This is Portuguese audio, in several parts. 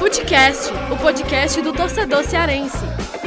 Futecast, o podcast do torcedor cearense.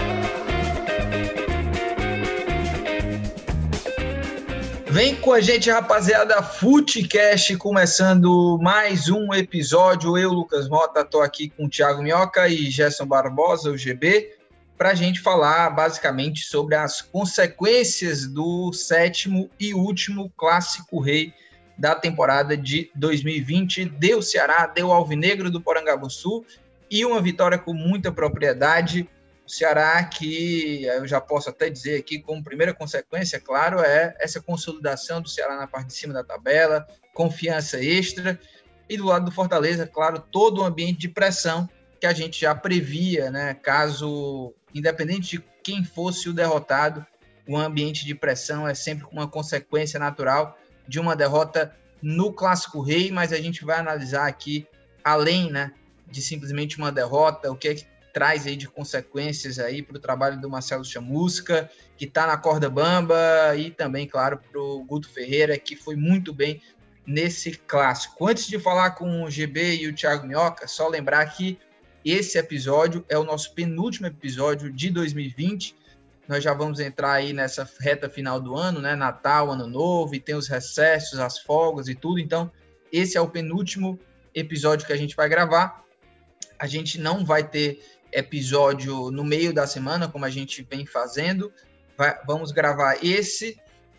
Vem com a gente, rapaziada, Futecast, começando mais um episódio. Eu, Lucas Mota, estou aqui com o Thiago Minhoca e Gerson Barbosa, o GB, para a gente falar basicamente sobre as consequências do sétimo e último Clássico Rei da temporada de 2020. Deu Ceará, deu Alvinegro do Porangabuçu e uma vitória com muita propriedade. O Ceará, que eu já posso até dizer aqui, como primeira consequência, claro, é essa consolidação do Ceará na parte de cima da tabela, confiança extra, e do lado do Fortaleza, claro, todo o ambiente de pressão que a gente já previa, né? Caso, independente de quem fosse o derrotado, o ambiente de pressão é sempre uma consequência natural de uma derrota no Clássico Rei, mas a gente vai analisar aqui, além, né, de simplesmente uma derrota, o que é que traz aí de consequências aí para o trabalho do Marcelo Chamusca, que está na corda bamba, e também, claro, para o Guto Ferreira, que foi muito bem nesse clássico. Antes de falar com o GB e o Thiago Minhoca, só lembrar que esse episódio é o nosso penúltimo episódio de 2020. Nós já vamos entrar aí nessa reta final do ano, né? Natal, Ano Novo, e tem os recessos, as folgas e tudo. Então, esse é o penúltimo episódio que a gente vai gravar. A gente não vai ter episódio no meio da semana, como a gente vem fazendo. Vamos gravar esse,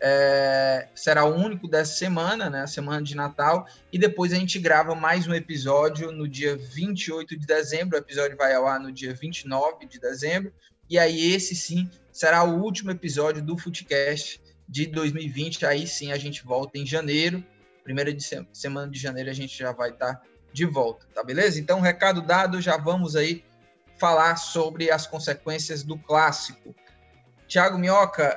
será o único dessa semana, né? A semana de Natal. E depois a gente grava mais um episódio no dia 28 de dezembro. O episódio vai ao ar no dia 29 de dezembro. E aí esse sim será o último episódio do Futecast de 2020. Aí sim a gente volta em janeiro. Primeira semana de janeiro a gente já vai estar de volta, tá beleza? Então, recado dado, já vamos aí falar sobre as consequências do clássico. Thiago Minhoca,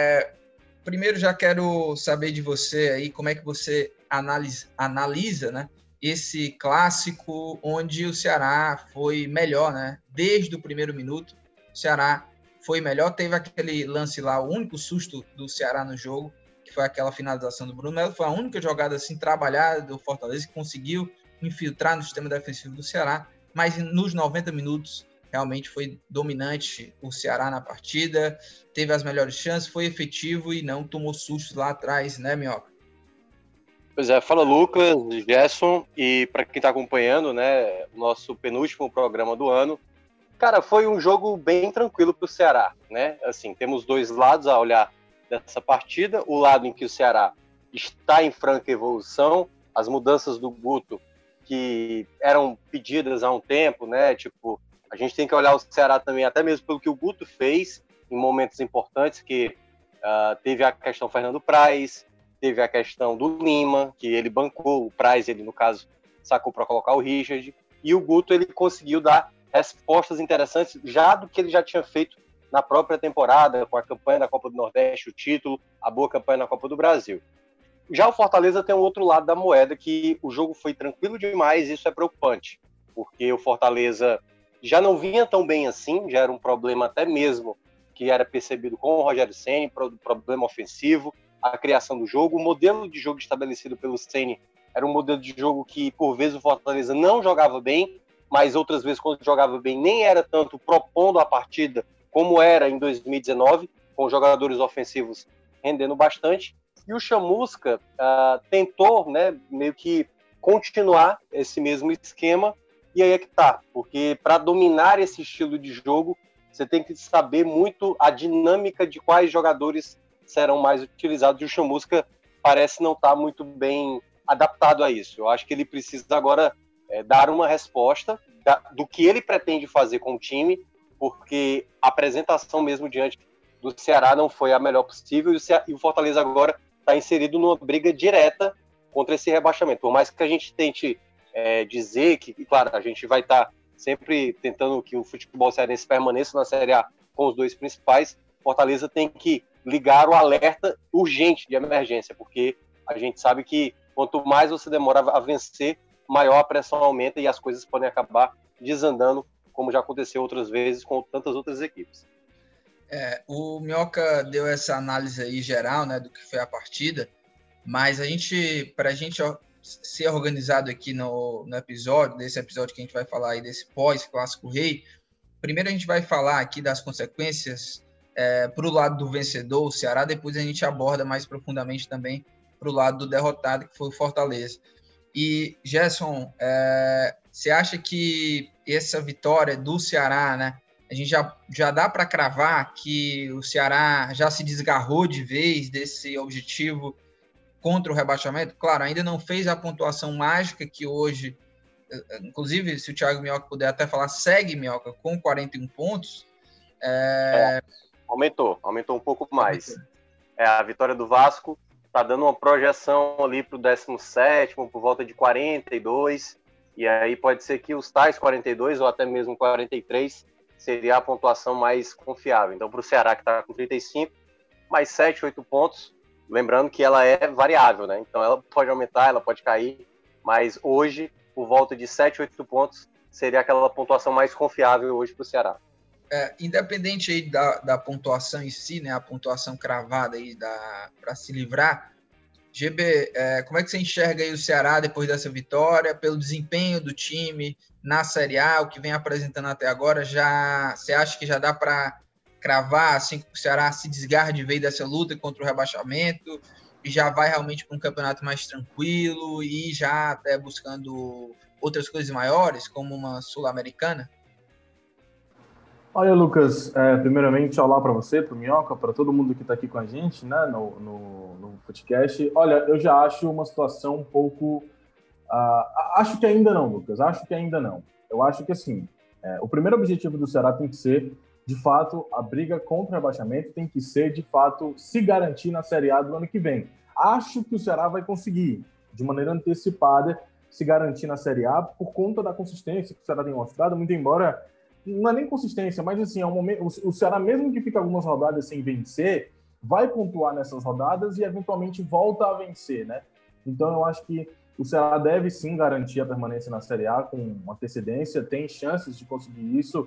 primeiro já quero saber de você aí como é que você analisa, né, esse clássico onde o Ceará foi melhor, né? Desde o primeiro minuto, o Ceará foi melhor. Teve aquele lance lá, o único susto do Ceará no jogo, que foi aquela finalização do Bruno Melo. Foi a única jogada assim trabalhada do Fortaleza que conseguiu infiltrar no sistema defensivo do Ceará, mas nos 90 minutos realmente foi dominante o Ceará na partida, teve as melhores chances, foi efetivo e não tomou sustos lá atrás, né, Minhoca? Pois é, fala Lucas, Gerson, e para quem está acompanhando, né, o nosso penúltimo programa do ano, cara, foi um jogo bem tranquilo para o Ceará, né? Assim, temos dois lados a olhar dessa partida, o lado em que o Ceará está em franca evolução, as mudanças do Guto que eram pedidas há um tempo, né? Tipo, a gente tem que olhar o Ceará também, até mesmo pelo que o Guto fez em momentos importantes, que teve a questão Fernando Praz, teve a questão do Lima, que ele bancou, o Praz, ele, no caso, sacou para colocar o Richard, e o Guto, ele conseguiu dar respostas interessantes, já do que ele já tinha feito na própria temporada, com a campanha da Copa do Nordeste, o título, a boa campanha na Copa do Brasil. Já o Fortaleza tem um outro lado da moeda, que o jogo foi tranquilo demais, e isso é preocupante, porque o Fortaleza já não vinha tão bem assim, já era um problema até mesmo que era percebido com o Rogério Ceni, problema ofensivo, a criação do jogo, o modelo de jogo estabelecido pelo Ceni era um modelo de jogo que, por vezes, o Fortaleza não jogava bem, mas outras vezes, quando jogava bem, nem era tanto propondo a partida como era em 2019, com jogadores ofensivos rendendo bastante. E o Chamusca tentou, né, meio que continuar esse mesmo esquema, e aí é que tá, porque para dominar esse estilo de jogo, você tem que saber muito a dinâmica de quais jogadores serão mais utilizados, e o Chamusca parece não estar muito bem adaptado a isso. Eu acho que ele precisa agora dar uma resposta do que ele pretende fazer com o time, porque a apresentação mesmo diante do Ceará não foi a melhor possível, e o Fortaleza agora está inserido numa briga direta contra esse rebaixamento. Por mais que a gente tente dizer que, claro, a gente vai estar sempre tentando que o futebol cearense permaneça na Série A com os dois principais, Fortaleza tem que ligar o alerta urgente de emergência, porque a gente sabe que quanto mais você demora a vencer, maior a pressão aumenta e as coisas podem acabar desandando, como já aconteceu outras vezes com tantas outras equipes. O Minhoca deu essa análise aí geral, né, do que foi a partida, mas para a gente ser organizado aqui no episódio, desse episódio que a gente vai falar aí desse pós-Clássico Rei. Primeiro a gente vai falar aqui das consequências para o lado do vencedor, o Ceará, depois a gente aborda mais profundamente também para o lado do derrotado, que foi o Fortaleza. E, Gerson, você acha que essa vitória do Ceará, né, a gente já dá para cravar que o Ceará já se desgarrou de vez desse objetivo contra o rebaixamento? Claro, ainda não fez a pontuação mágica que hoje, inclusive, se o Thiago Minhoca puder até falar, segue Minhoca com 41 pontos. Aumentou um pouco mais. A vitória do Vasco está dando uma projeção ali para o 17º, por volta de 42, e aí pode ser que os tais 42 ou até mesmo 43 seria a pontuação mais confiável. Então, para o Ceará, que está com 35, mais 7, 8 pontos, lembrando que ela é variável, né? Então, ela pode aumentar, ela pode cair, mas hoje, por volta de 7, 8 pontos, seria aquela pontuação mais confiável hoje para o Ceará. Independente aí da pontuação em si, né, a pontuação cravada aí para se livrar, GB, como é que você enxerga aí o Ceará depois dessa vitória, pelo desempenho do time na Série A, o que vem apresentando até agora? Você acha que já dá para cravar assim, que o Ceará se desgarra de vez dessa luta contra o rebaixamento e já vai realmente para um campeonato mais tranquilo e já até buscando outras coisas maiores, como uma Sul-Americana? Olha, Lucas, primeiramente, olá para você, para o Minhoca, para todo mundo que está aqui com a gente, né, no podcast. Olha, eu já acho uma situação um pouco... acho que ainda não, Lucas, acho que ainda não. Eu acho que, assim, o primeiro objetivo do Ceará tem que ser, de fato, a briga contra o rebaixamento, tem que ser, de fato, se garantir na Série A do ano que vem. Acho que o Ceará vai conseguir, de maneira antecipada, se garantir na Série A por conta da consistência que o Ceará tem mostrado, muito embora... Não é nem consistência, mas assim, o Ceará, mesmo que fique algumas rodadas sem vencer, vai pontuar nessas rodadas e eventualmente volta a vencer, né? Então eu acho que o Ceará deve sim garantir a permanência na Série A com antecedência, tem chances de conseguir isso,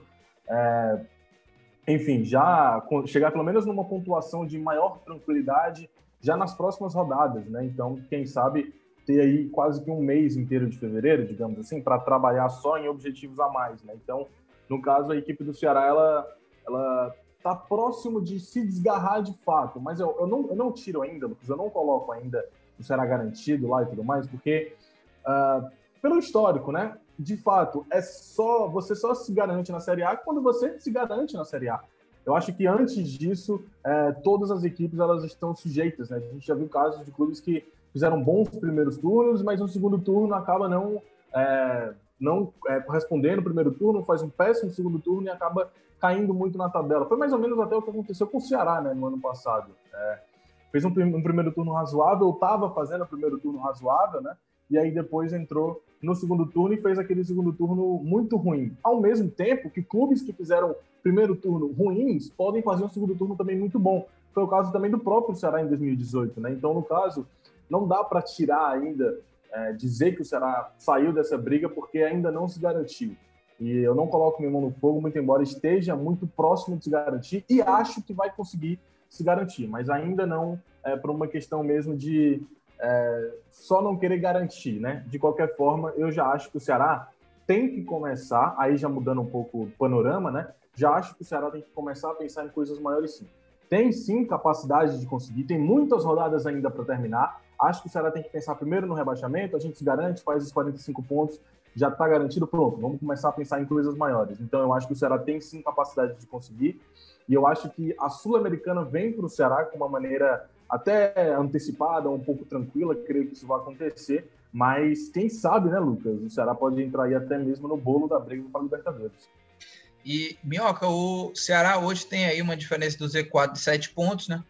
enfim, já chegar pelo menos numa pontuação de maior tranquilidade já nas próximas rodadas, né? Então, quem sabe ter aí quase que um mês inteiro de fevereiro, digamos assim, para trabalhar só em objetivos a mais, né? Então, no caso, a equipe do Ceará, ela está próximo de se desgarrar de fato, mas eu não tiro ainda, Lucas, eu não coloco ainda o Ceará garantido lá e tudo mais, porque pelo histórico, né, de fato, você só se garante na Série A quando você se garante na Série A. Eu acho que antes disso, todas as equipes elas estão sujeitas, né? A gente já viu casos de clubes que fizeram bons primeiros turnos, mas no segundo turno acaba não correspondendo no primeiro turno, faz um péssimo segundo turno e acaba caindo muito na tabela. Foi mais ou menos até o que aconteceu com o Ceará, né, no ano passado. Fez um primeiro turno razoável, estava fazendo o primeiro turno razoável, né, e aí depois entrou no segundo turno e fez aquele segundo turno muito ruim. Ao mesmo tempo que clubes que fizeram primeiro turno ruins podem fazer um segundo turno também muito bom. Foi o caso também do próprio Ceará em 2018, né? Então, no caso, não dá para tirar ainda dizer que o Ceará saiu dessa briga porque ainda não se garantiu. E eu não coloco minha mão no fogo, muito embora esteja muito próximo de se garantir e acho que vai conseguir se garantir, mas ainda não por uma questão mesmo de só não querer garantir, né? De qualquer forma, eu já acho que o Ceará tem que começar, aí já mudando um pouco o panorama, né? Já acho que o Ceará tem que começar a pensar em coisas maiores sim. Tem sim capacidade de conseguir, tem muitas rodadas ainda para terminar. Acho que o Ceará tem que pensar primeiro no rebaixamento, a gente se garante, faz os 45 pontos, já está garantido, pronto, vamos começar a pensar em coisas maiores. Então eu acho que o Ceará tem sim capacidade de conseguir, e eu acho que a Sul-Americana vem para o Ceará com uma maneira até antecipada, um pouco tranquila, creio que isso vai acontecer, mas quem sabe, né, Lucas, o Ceará pode entrar aí até mesmo no bolo da briga para a Libertadores. E, Minhoca, o Ceará hoje tem aí uma diferença do Z4 de 7 pontos, né,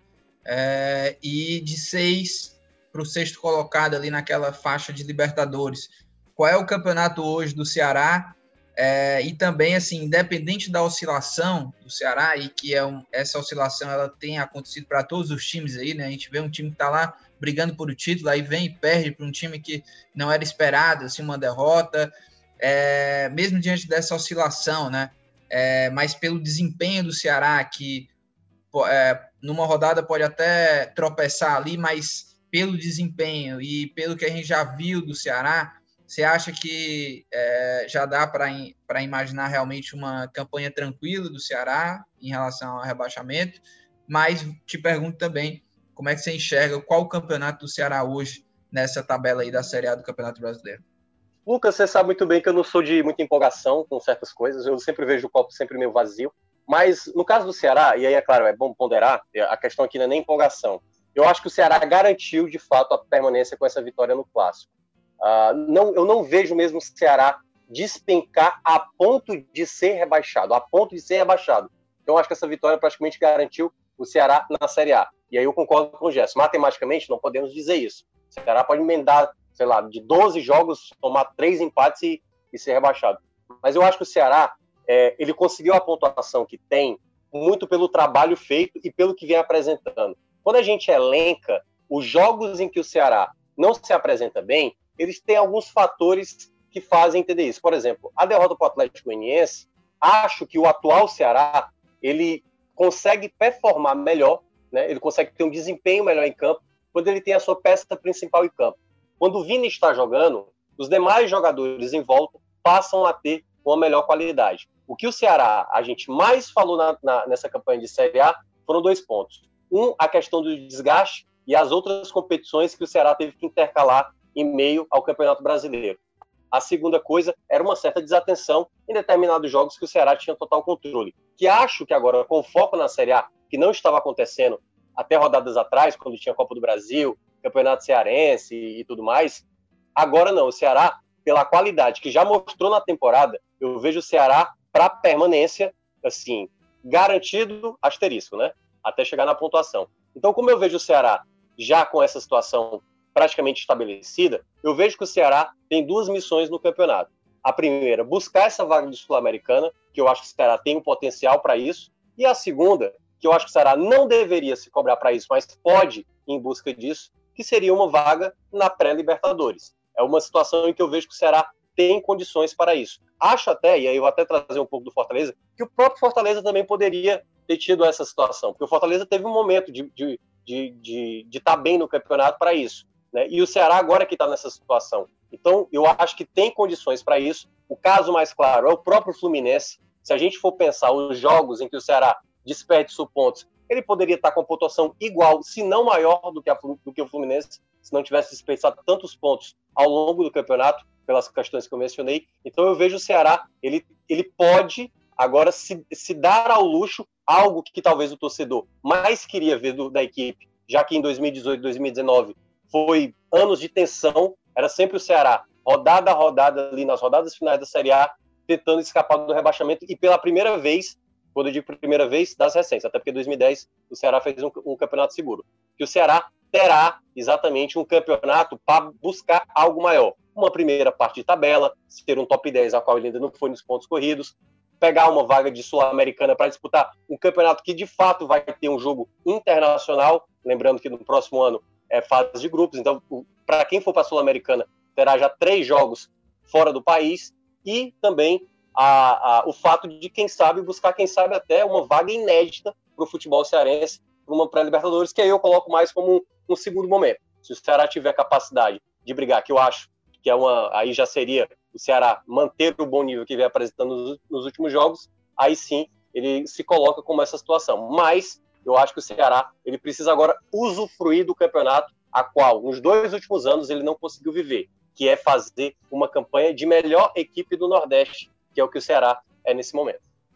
e de 6 para o sexto colocado ali naquela faixa de Libertadores. Qual é o campeonato hoje do Ceará? E também, assim, independente da oscilação do Ceará, e que essa oscilação ela tem acontecido para todos os times aí, né? A gente vê um time que está lá brigando por o título, aí vem e perde para um time que não era esperado, assim, uma derrota, mesmo diante dessa oscilação, né? Mas pelo desempenho do Ceará, que numa rodada pode até tropeçar ali, mas pelo desempenho e pelo que a gente já viu do Ceará, você acha que já dá para imaginar realmente uma campanha tranquila do Ceará em relação ao rebaixamento? Mas te pergunto também, como é que você enxerga qual o campeonato do Ceará hoje nessa tabela aí da Série A do Campeonato Brasileiro? Lucas, você sabe muito bem que eu não sou de muita empolgação com certas coisas, eu sempre vejo o copo sempre meio vazio, mas no caso do Ceará, e aí é claro, é bom ponderar, a questão aqui não é nem empolgação, eu acho que o Ceará garantiu de fato a permanência com essa vitória no Clássico. Eu não vejo mesmo o Ceará despencar a ponto de ser rebaixado, Então, acho que essa vitória praticamente garantiu o Ceará na Série A. E aí eu concordo com o Gerson. Matematicamente, não podemos dizer isso. O Ceará pode emendar, sei lá, de 12 jogos, tomar 3 empates e ser rebaixado. Mas eu acho que o Ceará, ele conseguiu a pontuação que tem muito pelo trabalho feito e pelo que vem apresentando. Quando a gente elenca os jogos em que o Ceará não se apresenta bem, eles têm alguns fatores que fazem entender isso. Por exemplo, a derrota para o Atlético Goianiense, acho que o atual Ceará, ele consegue performar melhor, né? Ele consegue ter um desempenho melhor em campo quando ele tem a sua peça principal em campo. Quando o Vini está jogando, os demais jogadores em volta passam a ter uma melhor qualidade. O que o Ceará, a gente mais falou nessa campanha de Série A, foram 2 pontos. A questão do desgaste e as outras competições que o Ceará teve que intercalar em meio ao Campeonato Brasileiro. A segunda coisa era uma certa desatenção em determinados jogos que o Ceará tinha total controle. Que acho que agora, com foco na Série A, que não estava acontecendo até rodadas atrás, quando tinha Copa do Brasil, Campeonato Cearense e tudo mais, agora não. O Ceará, pela qualidade que já mostrou na temporada, eu vejo o Ceará para permanência, assim, garantido, asterisco, né? Até chegar na pontuação. Então, como eu vejo o Ceará já com essa situação praticamente estabelecida, eu vejo que o Ceará tem 2 missões no campeonato. A primeira, buscar essa vaga de Sul-Americana, que eu acho que o Ceará tem um potencial para isso, e a segunda, que eu acho que o Ceará não deveria se cobrar para isso, mas pode ir em busca disso, que seria uma vaga na pré-Libertadores. É uma situação em que eu vejo que o Ceará tem condições para isso. Acho até, e aí eu vou até trazer um pouco do Fortaleza, que o próprio Fortaleza também poderia ter tido essa situação, porque o Fortaleza teve um momento de estar bem no campeonato para isso, né? E o Ceará agora que está nessa situação. Então, eu acho que tem condições para isso. O caso mais claro é o próprio Fluminense. Se a gente for pensar os jogos em que o Ceará desperdiçou pontos, ele poderia estar com a pontuação igual, se não maior do que o Fluminense, se não tivesse desperdiçado tantos pontos ao longo do campeonato, pelas questões que eu mencionei. Então, eu vejo o Ceará, ele pode agora se dar ao luxo algo que talvez o torcedor mais queria ver da equipe, já que em 2018, 2019 foi anos de tensão, era sempre o Ceará, rodada a rodada ali nas rodadas finais da Série A, tentando escapar do rebaixamento, e pela primeira vez, quando eu digo primeira vez, das recentes, até porque em 2010 o Ceará fez um campeonato seguro, que o Ceará terá exatamente um campeonato para buscar algo maior. Uma primeira parte de tabela, ter um top 10, a qual ele ainda não foi nos pontos corridos, pegar uma vaga de Sul-Americana para disputar um campeonato que de fato vai ter um jogo internacional, lembrando que no próximo ano é fase de grupos, então para quem for para a Sul-Americana terá já 3 jogos fora do país, e também o fato de, quem sabe, buscar, quem sabe, até uma vaga inédita para o futebol cearense, para uma pré-Libertadores, que aí eu coloco mais como um segundo momento. Se o Ceará tiver capacidade de brigar, que eu acho que aí já seria o Ceará manter o bom nível que vem apresentando nos últimos jogos, aí sim ele se coloca como essa situação. Mas eu acho que o Ceará ele precisa agora usufruir do campeonato, a qual nos 2 últimos anos ele não conseguiu viver, que é fazer uma campanha de melhor equipe do Nordeste, que é o que o Ceará é nesse momento.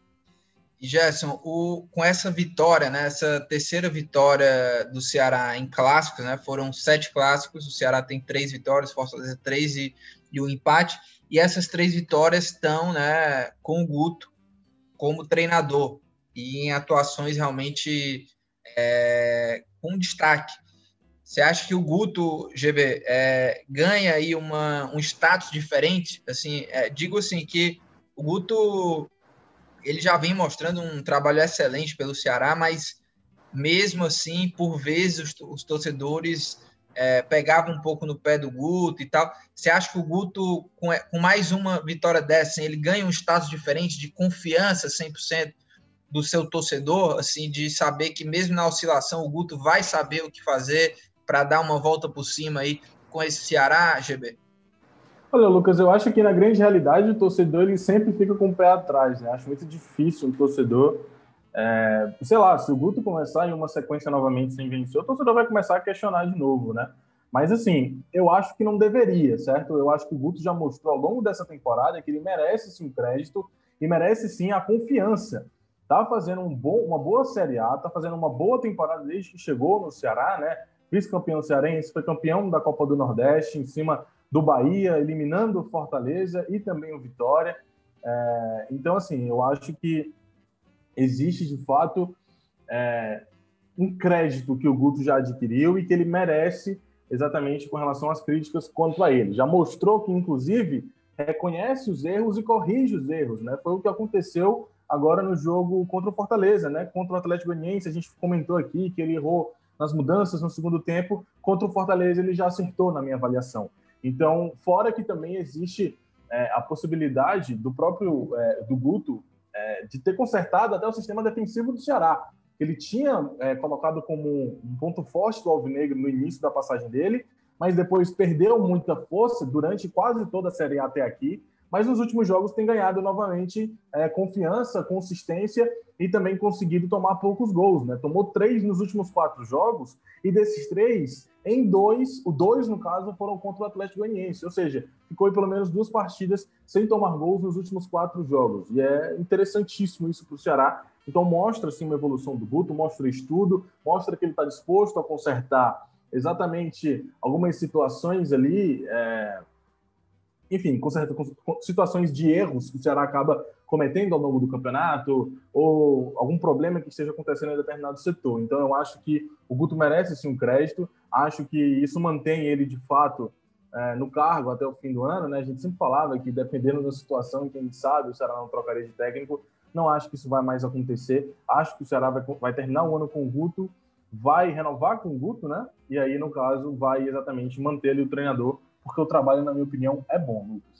E Gerson, com essa vitória, né, essa terceira vitória do Ceará em clássicos, né, foram 7 clássicos, o Ceará tem 3 vitórias, Fortaleza 3 e um empate, e essas 3 vitórias estão, né, com o Guto como treinador, e em atuações realmente com destaque. Você acha que o Guto, GB, ganha aí um status diferente? Assim, digo assim, que o Guto ele já vem mostrando um trabalho excelente pelo Ceará, mas mesmo assim, por vezes, os torcedores pegavam um pouco no pé do Guto e tal. Você acha que o Guto, com mais uma vitória dessa, assim, ele ganha um status diferente de confiança 100% do seu torcedor, assim, de saber que mesmo na oscilação o Guto vai saber o que fazer para dar uma volta por cima aí com esse Ceará, GB? Olha, Lucas, eu acho que na grande realidade o torcedor ele sempre fica com o pé atrás, né? Acho muito difícil um torcedor, sei lá, se o Guto começar em uma sequência novamente sem vencer, o torcedor vai começar a questionar de novo, né? Mas assim, eu acho que não deveria, certo? Eu acho que o Guto já mostrou ao longo dessa temporada que ele merece sim um crédito e merece sim a confiança. Tá fazendo uma boa Série A, tá fazendo uma boa temporada desde que chegou no Ceará, né? Vice-campeão cearense, foi campeão da Copa do Nordeste em cima do Bahia, eliminando o Fortaleza e também o Vitória. Então, assim, eu acho que existe, de fato, um crédito que o Guto já adquiriu e que ele merece exatamente com relação às críticas quanto a ele. Já mostrou que, inclusive, reconhece os erros e corrige os erros, né? Foi o que aconteceu agora no jogo contra o Fortaleza, né? Contra o Atlético Goianiense, a gente comentou aqui que ele errou nas mudanças no segundo tempo. Contra o Fortaleza, ele já acertou na minha avaliação. Então, fora que também existe a possibilidade do próprio do Guto de ter consertado até o sistema defensivo do Ceará. Ele tinha colocado como um ponto forte do Alvinegro no início da passagem dele, mas depois perdeu muita força durante quase toda a Série A até aqui, mas nos últimos jogos tem ganhado novamente confiança, consistência e também conseguido tomar poucos gols, né? Tomou 3 nos últimos 4 jogos e desses 3, em 2, o 2 no caso foram contra o Atlético Goianiense, ou seja, ficou em pelo menos 2 partidas sem tomar gols nos últimos 4 jogos. E é interessantíssimo isso para o Ceará. Então mostra sim uma evolução do Guto, mostra estudo, mostra que ele está disposto a consertar exatamente algumas situações ali, enfim, conserta situações de erros que o Ceará acaba cometendo ao longo do campeonato ou algum problema que esteja acontecendo em determinado setor. Então eu acho que o Guto merece sim um crédito, acho que isso mantém ele de fato no cargo até o fim do ano, né? A gente sempre falava que dependendo da situação, quem sabe o Ceará não trocaria de técnico. Não acho que isso vai mais acontecer. Acho que o Ceará vai terminar o ano com o Guto, vai renovar com o Guto, né? E aí, no caso, vai exatamente manter ali o treinador, porque o trabalho, na minha opinião, é bom, Lucas.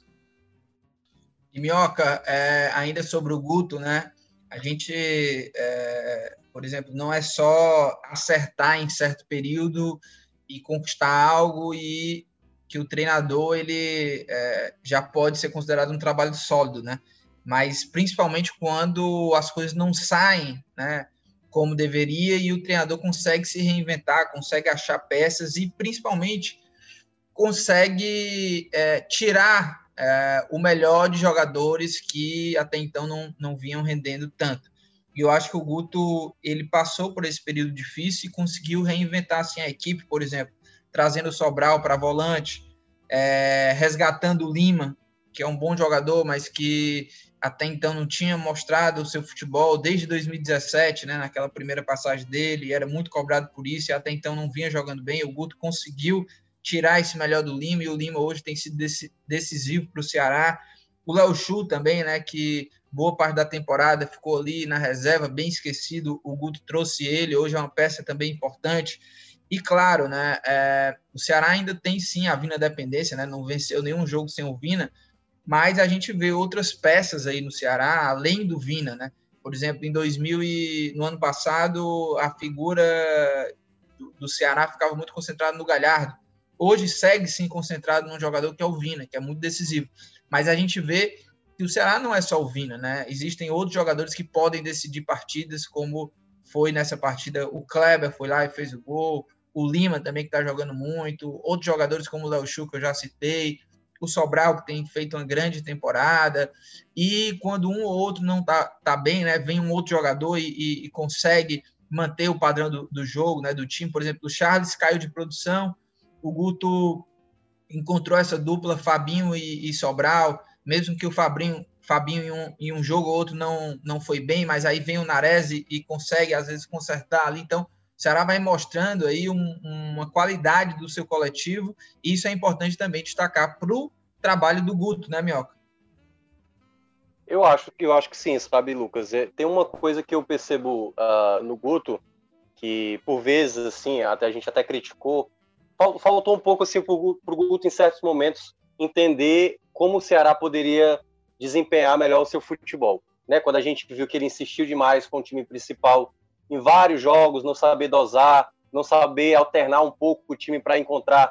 E, Minhoca, ainda sobre o Guto, né? A gente, por exemplo, não é só acertar em certo período e conquistar algo e que o treinador ele já pode ser considerado um trabalho sólido, né? Mas principalmente quando as coisas não saem, né, como deveria e o treinador consegue se reinventar, consegue achar peças e principalmente consegue tirar o melhor de jogadores que até então não vinham rendendo tanto. E eu acho que o Guto ele passou por esse período difícil e conseguiu reinventar assim, a equipe, por exemplo, trazendo o Sobral para volante, resgatando o Lima, que é um bom jogador, mas que até então não tinha mostrado o seu futebol desde 2017, né, naquela primeira passagem dele, era muito cobrado por isso e até então não vinha jogando bem. O Guto conseguiu tirar esse melhor do Lima e o Lima hoje tem sido decisivo para o Ceará. O Léo Chu também, né, que boa parte da temporada ficou ali na reserva, bem esquecido, o Guto trouxe ele, hoje é uma peça também importante. E claro, né, o Ceará ainda tem sim a Vina dependência, né, não venceu nenhum jogo sem o Vina, mas a gente vê outras peças aí no Ceará, além do Vina, né? Por exemplo, no ano passado, a figura do Ceará ficava muito concentrada no Galhardo. Hoje segue sim concentrado num jogador que é o Vina, que é muito decisivo. Mas a gente vê que o Ceará não é só o Vina, né? Existem outros jogadores que podem decidir partidas, como foi nessa partida o Kleber foi lá e fez o gol, o Lima também que está jogando muito, outros jogadores como o Léo Chu, que eu já citei, o Sobral, que tem feito uma grande temporada, e quando um ou outro não tá bem, né, vem um outro jogador e consegue manter o padrão do jogo, né, do time. Por exemplo, o Charles caiu de produção, o Guto encontrou essa dupla Fabinho e Sobral, mesmo que o Fabinho em um jogo ou outro não foi bem, mas aí vem o Nares e consegue, às vezes, consertar ali. Então, o Ceará vai mostrando aí uma qualidade do seu coletivo, e isso é importante também destacar para o trabalho do Guto, né, Minhoca? Eu acho que sim, sabe, Lucas? Tem uma coisa que eu percebo no Guto, que por vezes, assim, a gente até criticou, faltou um pouco assim, para o Guto, em certos momentos, entender como o Ceará poderia desempenhar melhor o seu futebol. Né? Quando a gente viu que ele insistiu demais com o time principal em vários jogos, não saber dosar, não saber alternar um pouco o time para encontrar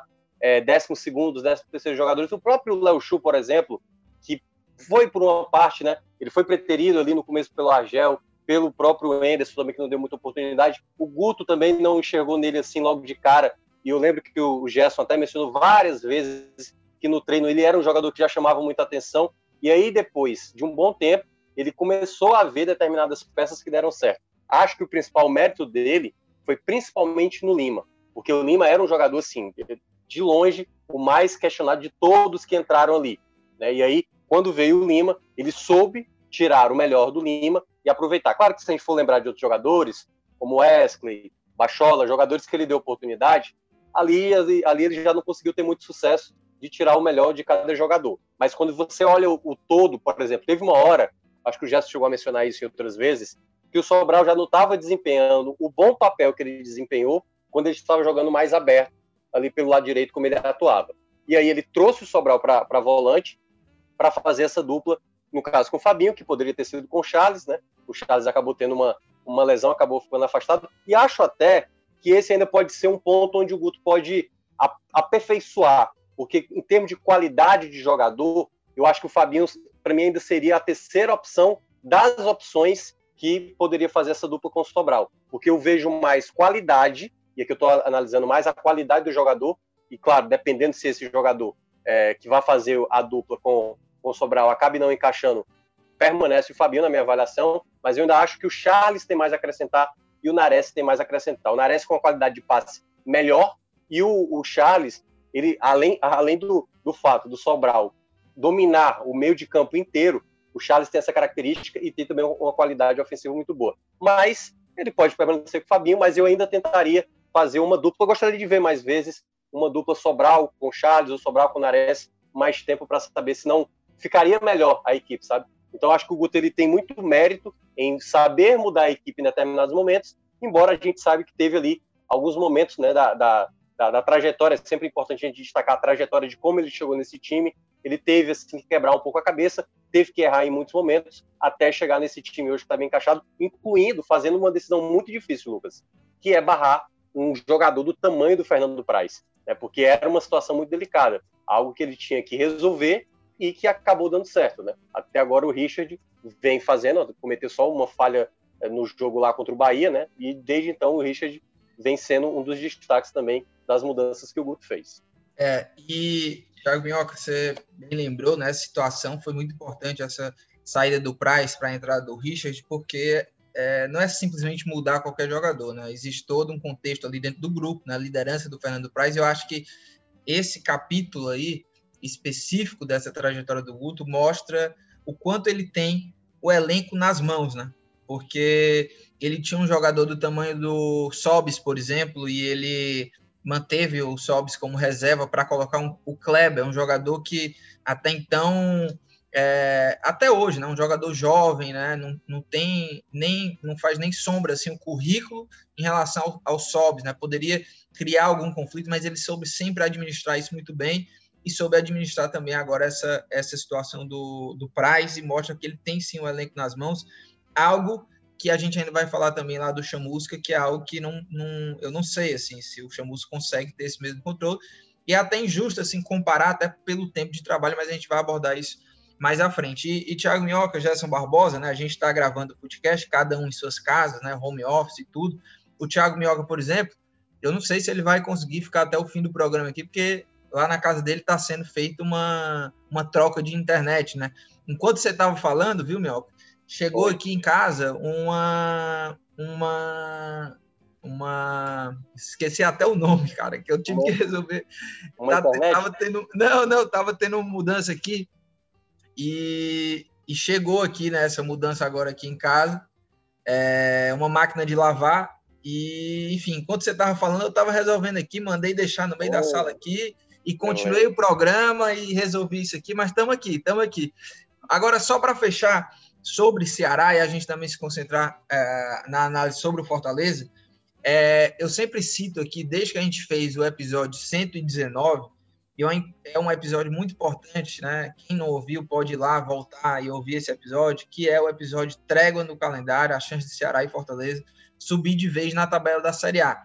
12º, 13º jogadores. O próprio Léo Chu, por exemplo, que foi por uma parte, né? Ele foi preterido ali no começo pelo Argel, pelo próprio Anderson também, que não deu muita oportunidade. O Guto também não enxergou nele assim logo de cara. E eu lembro que o Gerson até mencionou várias vezes que no treino ele era um jogador que já chamava muita atenção. E aí, depois de um bom tempo, ele começou a ver determinadas peças que deram certo. Acho que o principal mérito dele foi principalmente no Lima, porque o Lima era um jogador, assim, de longe, o mais questionado de todos que entraram ali, né? E aí, quando veio o Lima, ele soube tirar o melhor do Lima e aproveitar. Claro que se a gente for lembrar de outros jogadores, como Wesley, Bachola, jogadores que ele deu oportunidade, ali ele já não conseguiu ter muito sucesso de tirar o melhor de cada jogador. Mas quando você olha o todo, por exemplo, teve uma hora, acho que o Gerson chegou a mencionar isso em outras vezes, que o Sobral já não estava desempenhando o bom papel que ele desempenhou quando ele estava jogando mais aberto, ali pelo lado direito, como ele atuava. E aí ele trouxe o Sobral para volante, para fazer essa dupla, no caso com o Fabinho, que poderia ter sido com o Charles, né? O Charles acabou tendo uma lesão, acabou ficando afastado. E acho até que esse ainda pode ser um ponto onde o Guto pode aperfeiçoar, porque em termos de qualidade de jogador, eu acho que o Fabinho, para mim, ainda seria a terceira opção das opções que poderia fazer essa dupla com o Sobral, porque eu vejo mais qualidade, e aqui eu estou analisando mais a qualidade do jogador, e claro, dependendo se esse jogador que vai fazer a dupla com o Sobral acabe não encaixando, permanece o Fabinho na minha avaliação, mas eu ainda acho que o Charles tem mais a acrescentar e o Nares tem mais a acrescentar. O Nares com uma qualidade de passe melhor, e o Charles, ele, além do fato do Sobral dominar o meio de campo inteiro, o Charles tem essa característica e tem também uma qualidade ofensiva muito boa. Mas ele pode permanecer com o Fabinho, mas eu ainda tentaria fazer uma dupla. Eu gostaria de ver mais vezes uma dupla Sobral com o Charles ou Sobral com o Nares, mais tempo para saber se não ficaria melhor a equipe, sabe? Então acho que o Guto ele tem muito mérito em saber mudar a equipe em determinados momentos, embora a gente saiba que teve ali alguns momentos, né, da trajetória. É sempre importante a gente destacar a trajetória de como ele chegou nesse time. Ele teve assim, que quebrar um pouco a cabeça, teve que errar em muitos momentos, até chegar nesse time hoje que está bem encaixado, incluindo fazendo uma decisão muito difícil, Lucas, que é barrar um jogador do tamanho do Fernando Praz, né? Porque era uma situação muito delicada, algo que ele tinha que resolver e que acabou dando certo, né? Até agora o Richard vem fazendo, cometeu só uma falha no jogo lá contra o Bahia, né? E desde então o Richard vem sendo um dos destaques também das mudanças que o Guto fez. E Thiago Minhoca, você bem lembrou, né? Essa situação foi muito importante, essa saída do Praz para a entrada do Richard, porque não é simplesmente mudar qualquer jogador, né? Existe todo um contexto ali dentro do grupo, na liderança do Fernando Praz, e eu acho que esse capítulo aí, específico dessa trajetória do Guto, mostra o quanto ele tem o elenco nas mãos, né? Porque ele tinha um jogador do tamanho do Sobis, por exemplo, e ele manteve o Sobis como reserva para colocar o Kleber, um jogador que até então, até hoje, né, um jogador jovem, né, não faz nem sombra assim, o currículo em relação ao Sobis, né, poderia criar algum conflito, mas ele soube sempre administrar isso muito bem e soube administrar também agora essa situação do Praz, e mostra que ele tem sim o elenco nas mãos, algo que a gente ainda vai falar também lá do Chamusca, que é algo que eu não sei assim, se o Chamusca consegue ter esse mesmo controle, e é até injusto assim, comparar até pelo tempo de trabalho, mas a gente vai abordar isso mais à frente. E Thiago Minhoca, Gerson Barbosa, né, a gente está gravando o podcast, cada um em suas casas, né, home office e tudo. O Thiago Minhoca, por exemplo, eu não sei se ele vai conseguir ficar até o fim do programa aqui, porque lá na casa dele está sendo feita uma troca de internet, né? Enquanto você estava falando, viu, Minhoca? Chegou aqui em casa uma esqueci até o nome, cara, que eu tive que resolver. Tava tendo mudança aqui e chegou aqui, né, essa mudança agora aqui em casa, uma máquina de lavar e, enfim, enquanto você tava falando, eu tava resolvendo aqui, mandei deixar no meio da sala aqui e continuei o programa e resolvi isso aqui, mas estamos aqui. Agora, só para fechar sobre Ceará e a gente também se concentrar na análise sobre o Fortaleza, eu sempre cito aqui, desde que a gente fez o episódio 119, e é um episódio muito importante, né? Quem não ouviu pode ir lá, voltar e ouvir esse episódio, que é o episódio Trégua no Calendário, a chance de Ceará e Fortaleza subir de vez na tabela da Série A.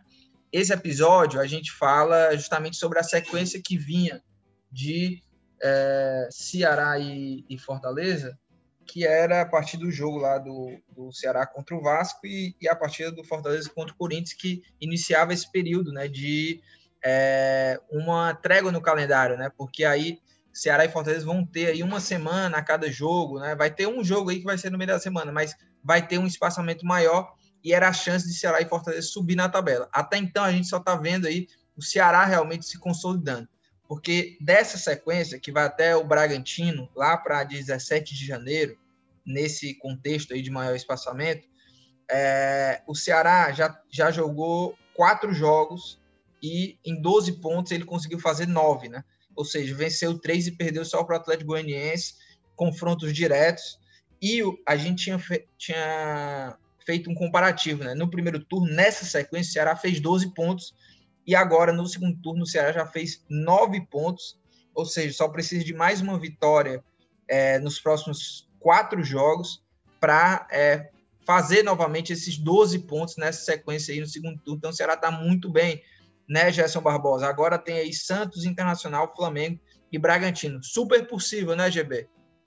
esse episódio a gente fala justamente sobre a sequência que vinha de Ceará e Fortaleza, que era a partir do jogo lá do Ceará contra o Vasco e a partida do Fortaleza contra o Corinthians, que iniciava esse período, né, de uma trégua no calendário, né, porque aí Ceará e Fortaleza vão ter aí uma semana a cada jogo, né, vai ter um jogo aí que vai ser no meio da semana, mas vai ter um espaçamento maior e era a chance de Ceará e Fortaleza subir na tabela. Até então a gente só está vendo aí o Ceará realmente se consolidando, porque dessa sequência, que vai até o Bragantino, lá para 17 de janeiro, nesse contexto aí de maior espaçamento, o Ceará já jogou 4 jogos e em 12 pontos ele conseguiu fazer 9, né? Ou seja, venceu 3 e perdeu só para o Atlético Goianiense, confrontos diretos, e a gente tinha feito um comparativo, né? No primeiro turno, nessa sequência, o Ceará fez 12 pontos, e agora, no segundo turno, o Ceará já fez 9 pontos, ou seja, só precisa de mais uma vitória nos próximos 4 jogos para fazer novamente esses 12 pontos nessa sequência aí no segundo turno. Então, o Ceará está muito bem, né, Gerson Barbosa? Agora tem aí Santos, Internacional, Flamengo e Bragantino. Super possível, né, GB?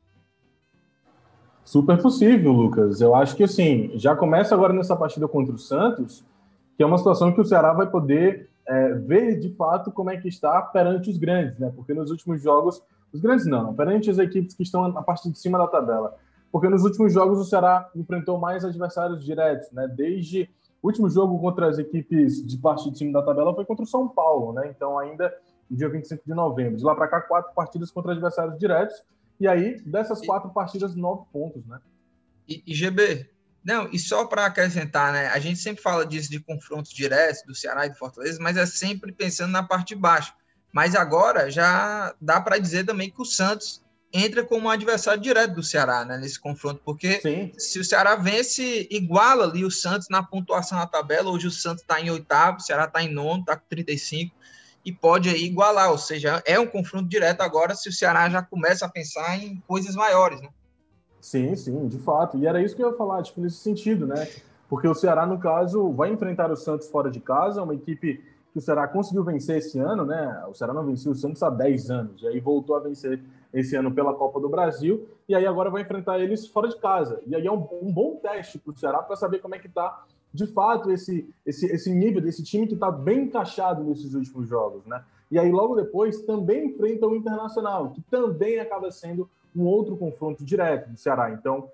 Super possível, Lucas. Eu acho que, assim, já começa agora nessa partida contra o Santos, que é uma situação que o Ceará vai poder ver, de fato, como é que está perante os grandes, né? Porque nos últimos jogos... Os grandes não, perante as equipes que estão na parte de cima da tabela. Porque nos últimos jogos o Ceará enfrentou mais adversários diretos, né? Desde o último jogo contra as equipes de parte de cima da tabela foi contra o São Paulo, né? Então, ainda no dia 25 de novembro. De lá para cá, 4 partidas contra adversários diretos. E aí, dessas 4 partidas, 9 pontos, né? E GB, não, e só para acrescentar, né? A gente sempre fala disso de confrontos diretos do Ceará e do Fortaleza, mas é sempre pensando na parte de baixo. Mas agora já dá para dizer também que o Santos entra como um adversário direto do Ceará, né, nesse confronto, porque Sim. Se o Ceará vence, iguala ali o Santos na pontuação na tabela. Hoje o Santos está em 8º, o Ceará está em 9º, está com 35, e pode aí igualar, ou seja, é um confronto direto agora se o Ceará já começa a pensar em coisas maiores, né? Sim, sim, de fato. E era isso que eu ia falar, tipo, nesse sentido, né? Porque o Ceará, no caso, vai enfrentar o Santos fora de casa, uma equipe que o Ceará conseguiu vencer esse ano, né? O Ceará não venceu o Santos há 10 anos, e aí voltou a vencer esse ano pela Copa do Brasil, e aí agora vai enfrentar eles fora de casa. E aí é um bom teste para o Ceará para saber como é que está, de fato, esse nível desse time que está bem encaixado nesses últimos jogos, né? E aí logo depois também enfrenta o Internacional, que também acaba sendo um outro confronto direto do Ceará. Então,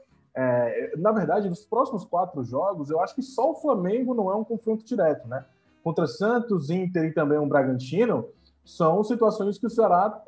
na verdade, nos próximos 4 jogos, eu acho que só o Flamengo não é um confronto direto, né? Contra Santos, Inter e também o Bragantino, são situações que o Ceará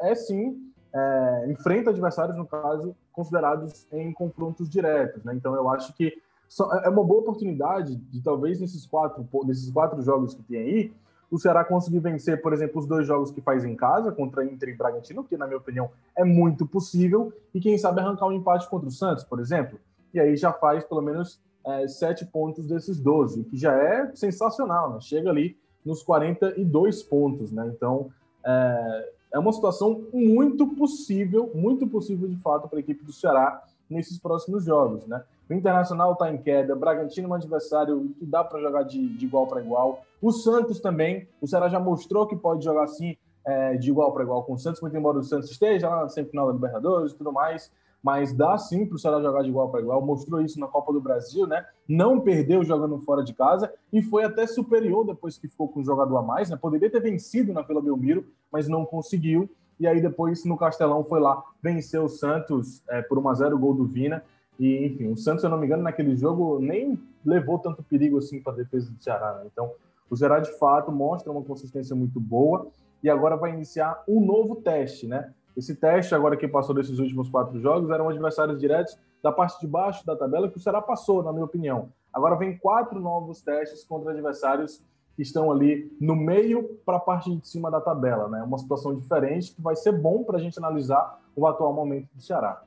enfrenta adversários, no caso, considerados em confrontos diretos, né? Então, eu acho que é uma boa oportunidade de, talvez, nesses quatro jogos que tem aí, o Ceará conseguir vencer, por exemplo, os 2 jogos que faz em casa, contra Inter e Bragantino, que, na minha opinião, é muito possível, e quem sabe arrancar um empate contra o Santos, por exemplo, e aí já faz, pelo menos, 7 pontos desses 12, que já é sensacional, né? Chega ali nos 42 pontos, né? Então, é uma situação muito possível de fato para a equipe do Ceará nesses próximos jogos, né? O Internacional está em queda, Bragantino é um adversário que dá para jogar de igual para igual. O Santos também, o Ceará já mostrou que pode jogar assim de igual para igual com o Santos, muito embora o Santos esteja lá na semifinal da Libertadores e tudo mais, mas dá sim para o Ceará jogar de igual para igual. Mostrou isso na Copa do Brasil, né? Não perdeu jogando fora de casa e foi até superior depois que ficou com um jogador a mais, né? Poderia ter vencido na Vila Belmiro, mas não conseguiu. E aí depois no Castelão foi lá, venceu o Santos por 1-0, gol do Vina. E, enfim, o Santos, se eu não me engano, naquele jogo nem levou tanto perigo assim para a defesa do Ceará, né? Então, o Ceará, de fato, mostra uma consistência muito boa e agora vai iniciar um novo teste, né? Esse teste, agora que passou desses últimos 4 jogos, eram adversários diretos da parte de baixo da tabela, que o Ceará passou, na minha opinião. Agora vem 4 novos testes contra adversários que estão ali no meio para a parte de cima da tabela, né? Uma situação diferente que vai ser bom para a gente analisar o atual momento do Ceará.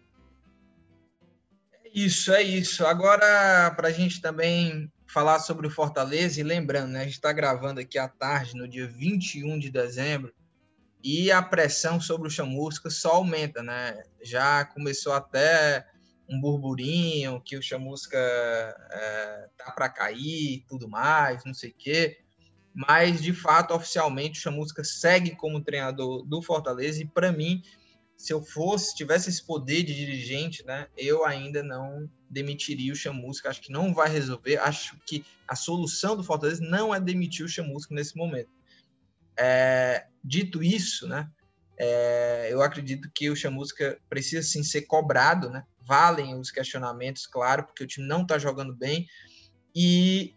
É isso. Agora, para a gente também falar sobre o Fortaleza, e lembrando, né, a gente está gravando aqui à tarde, no dia 21 de dezembro, e a pressão sobre o Chamusca só aumenta, né? Já começou até um burburinho que o Chamusca tá para cair e tudo mais, não sei o quê. mas de fato, oficialmente, o Chamusca segue como treinador do Fortaleza, e para mim, se eu tivesse esse poder de dirigente, né, eu ainda não demitiria o Chamusca. Acho que não vai resolver. Acho que a solução do Fortaleza não é demitir o Chamusca nesse momento. Dito isso, né, eu acredito que o Chamusca precisa sim ser cobrado, né? Valem os questionamentos, claro, porque o time não está jogando bem. E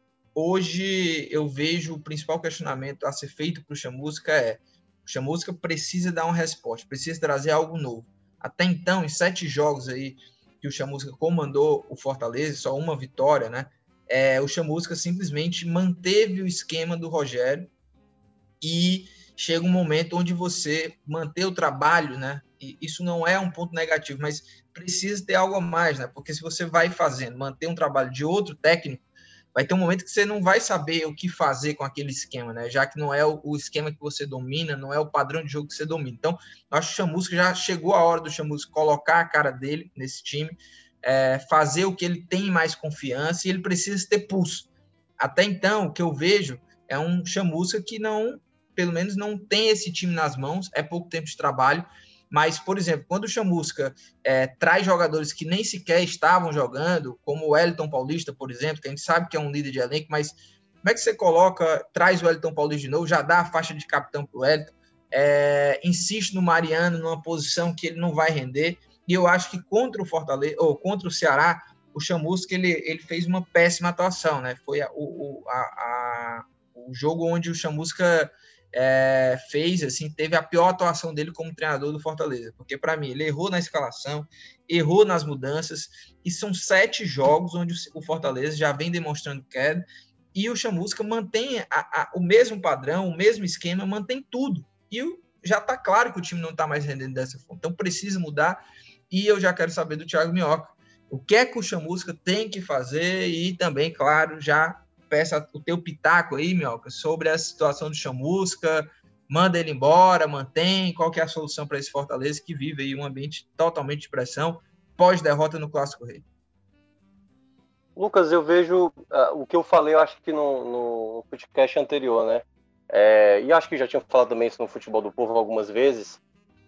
hoje eu vejo o principal questionamento a ser feito para o Chamusca o Chamusca precisa dar uma resposta, precisa trazer algo novo. Até então, em 7 jogos aí que o Chamusca comandou o Fortaleza, só uma vitória, né? O Chamusca simplesmente manteve o esquema do Rogério, e chega um momento onde você manter o trabalho, né? E isso não é um ponto negativo, mas precisa ter algo a mais, né? Porque se você vai manter um trabalho de outro técnico, vai ter um momento que você não vai saber o que fazer com aquele esquema, né? Já que não é o esquema que você domina, não é o padrão de jogo que você domina. Então, eu acho que o Chamusca já chegou a hora do Chamusca colocar a cara dele nesse time, fazer o que ele tem mais confiança, e ele precisa ter pulso. Até então, o que eu vejo é um Chamusca que pelo menos não tem esse time nas mãos, é pouco tempo de trabalho. Mas, por exemplo, quando o Chamusca traz jogadores que nem sequer estavam jogando, como o Wellington Paulista, por exemplo, que a gente sabe que é um líder de elenco, mas como é que você traz o Wellington Paulista de novo, já dá a faixa de capitão para o Wellington, insiste no Mariano numa posição que ele não vai render, e eu acho que contra o Fortaleza, ou contra o Ceará, o Chamusca ele fez uma péssima atuação, né? Foi o jogo onde o Chamusca teve a pior atuação dele como treinador do Fortaleza, porque para mim ele errou na escalação, errou nas mudanças, e são 7 jogos onde o Fortaleza já vem demonstrando queda, e o Chamusca mantém o mesmo padrão, o mesmo esquema, mantém tudo, e já está claro que o time não está mais rendendo dessa forma, então precisa mudar. E eu já quero saber do Thiago Minhoca, o que é que o Chamusca tem que fazer, e também, claro, já peça o teu pitaco aí, Minhoca, sobre a situação do Chamusca. Manda ele embora, mantém? Qual que é a solução para esse Fortaleza que vive aí um ambiente totalmente de pressão pós-derrota no Clássico Rei? Lucas, eu vejo o que eu falei, eu acho que no podcast anterior, né? E acho que já tinha falado também isso no Futebol do Povo algumas vezes.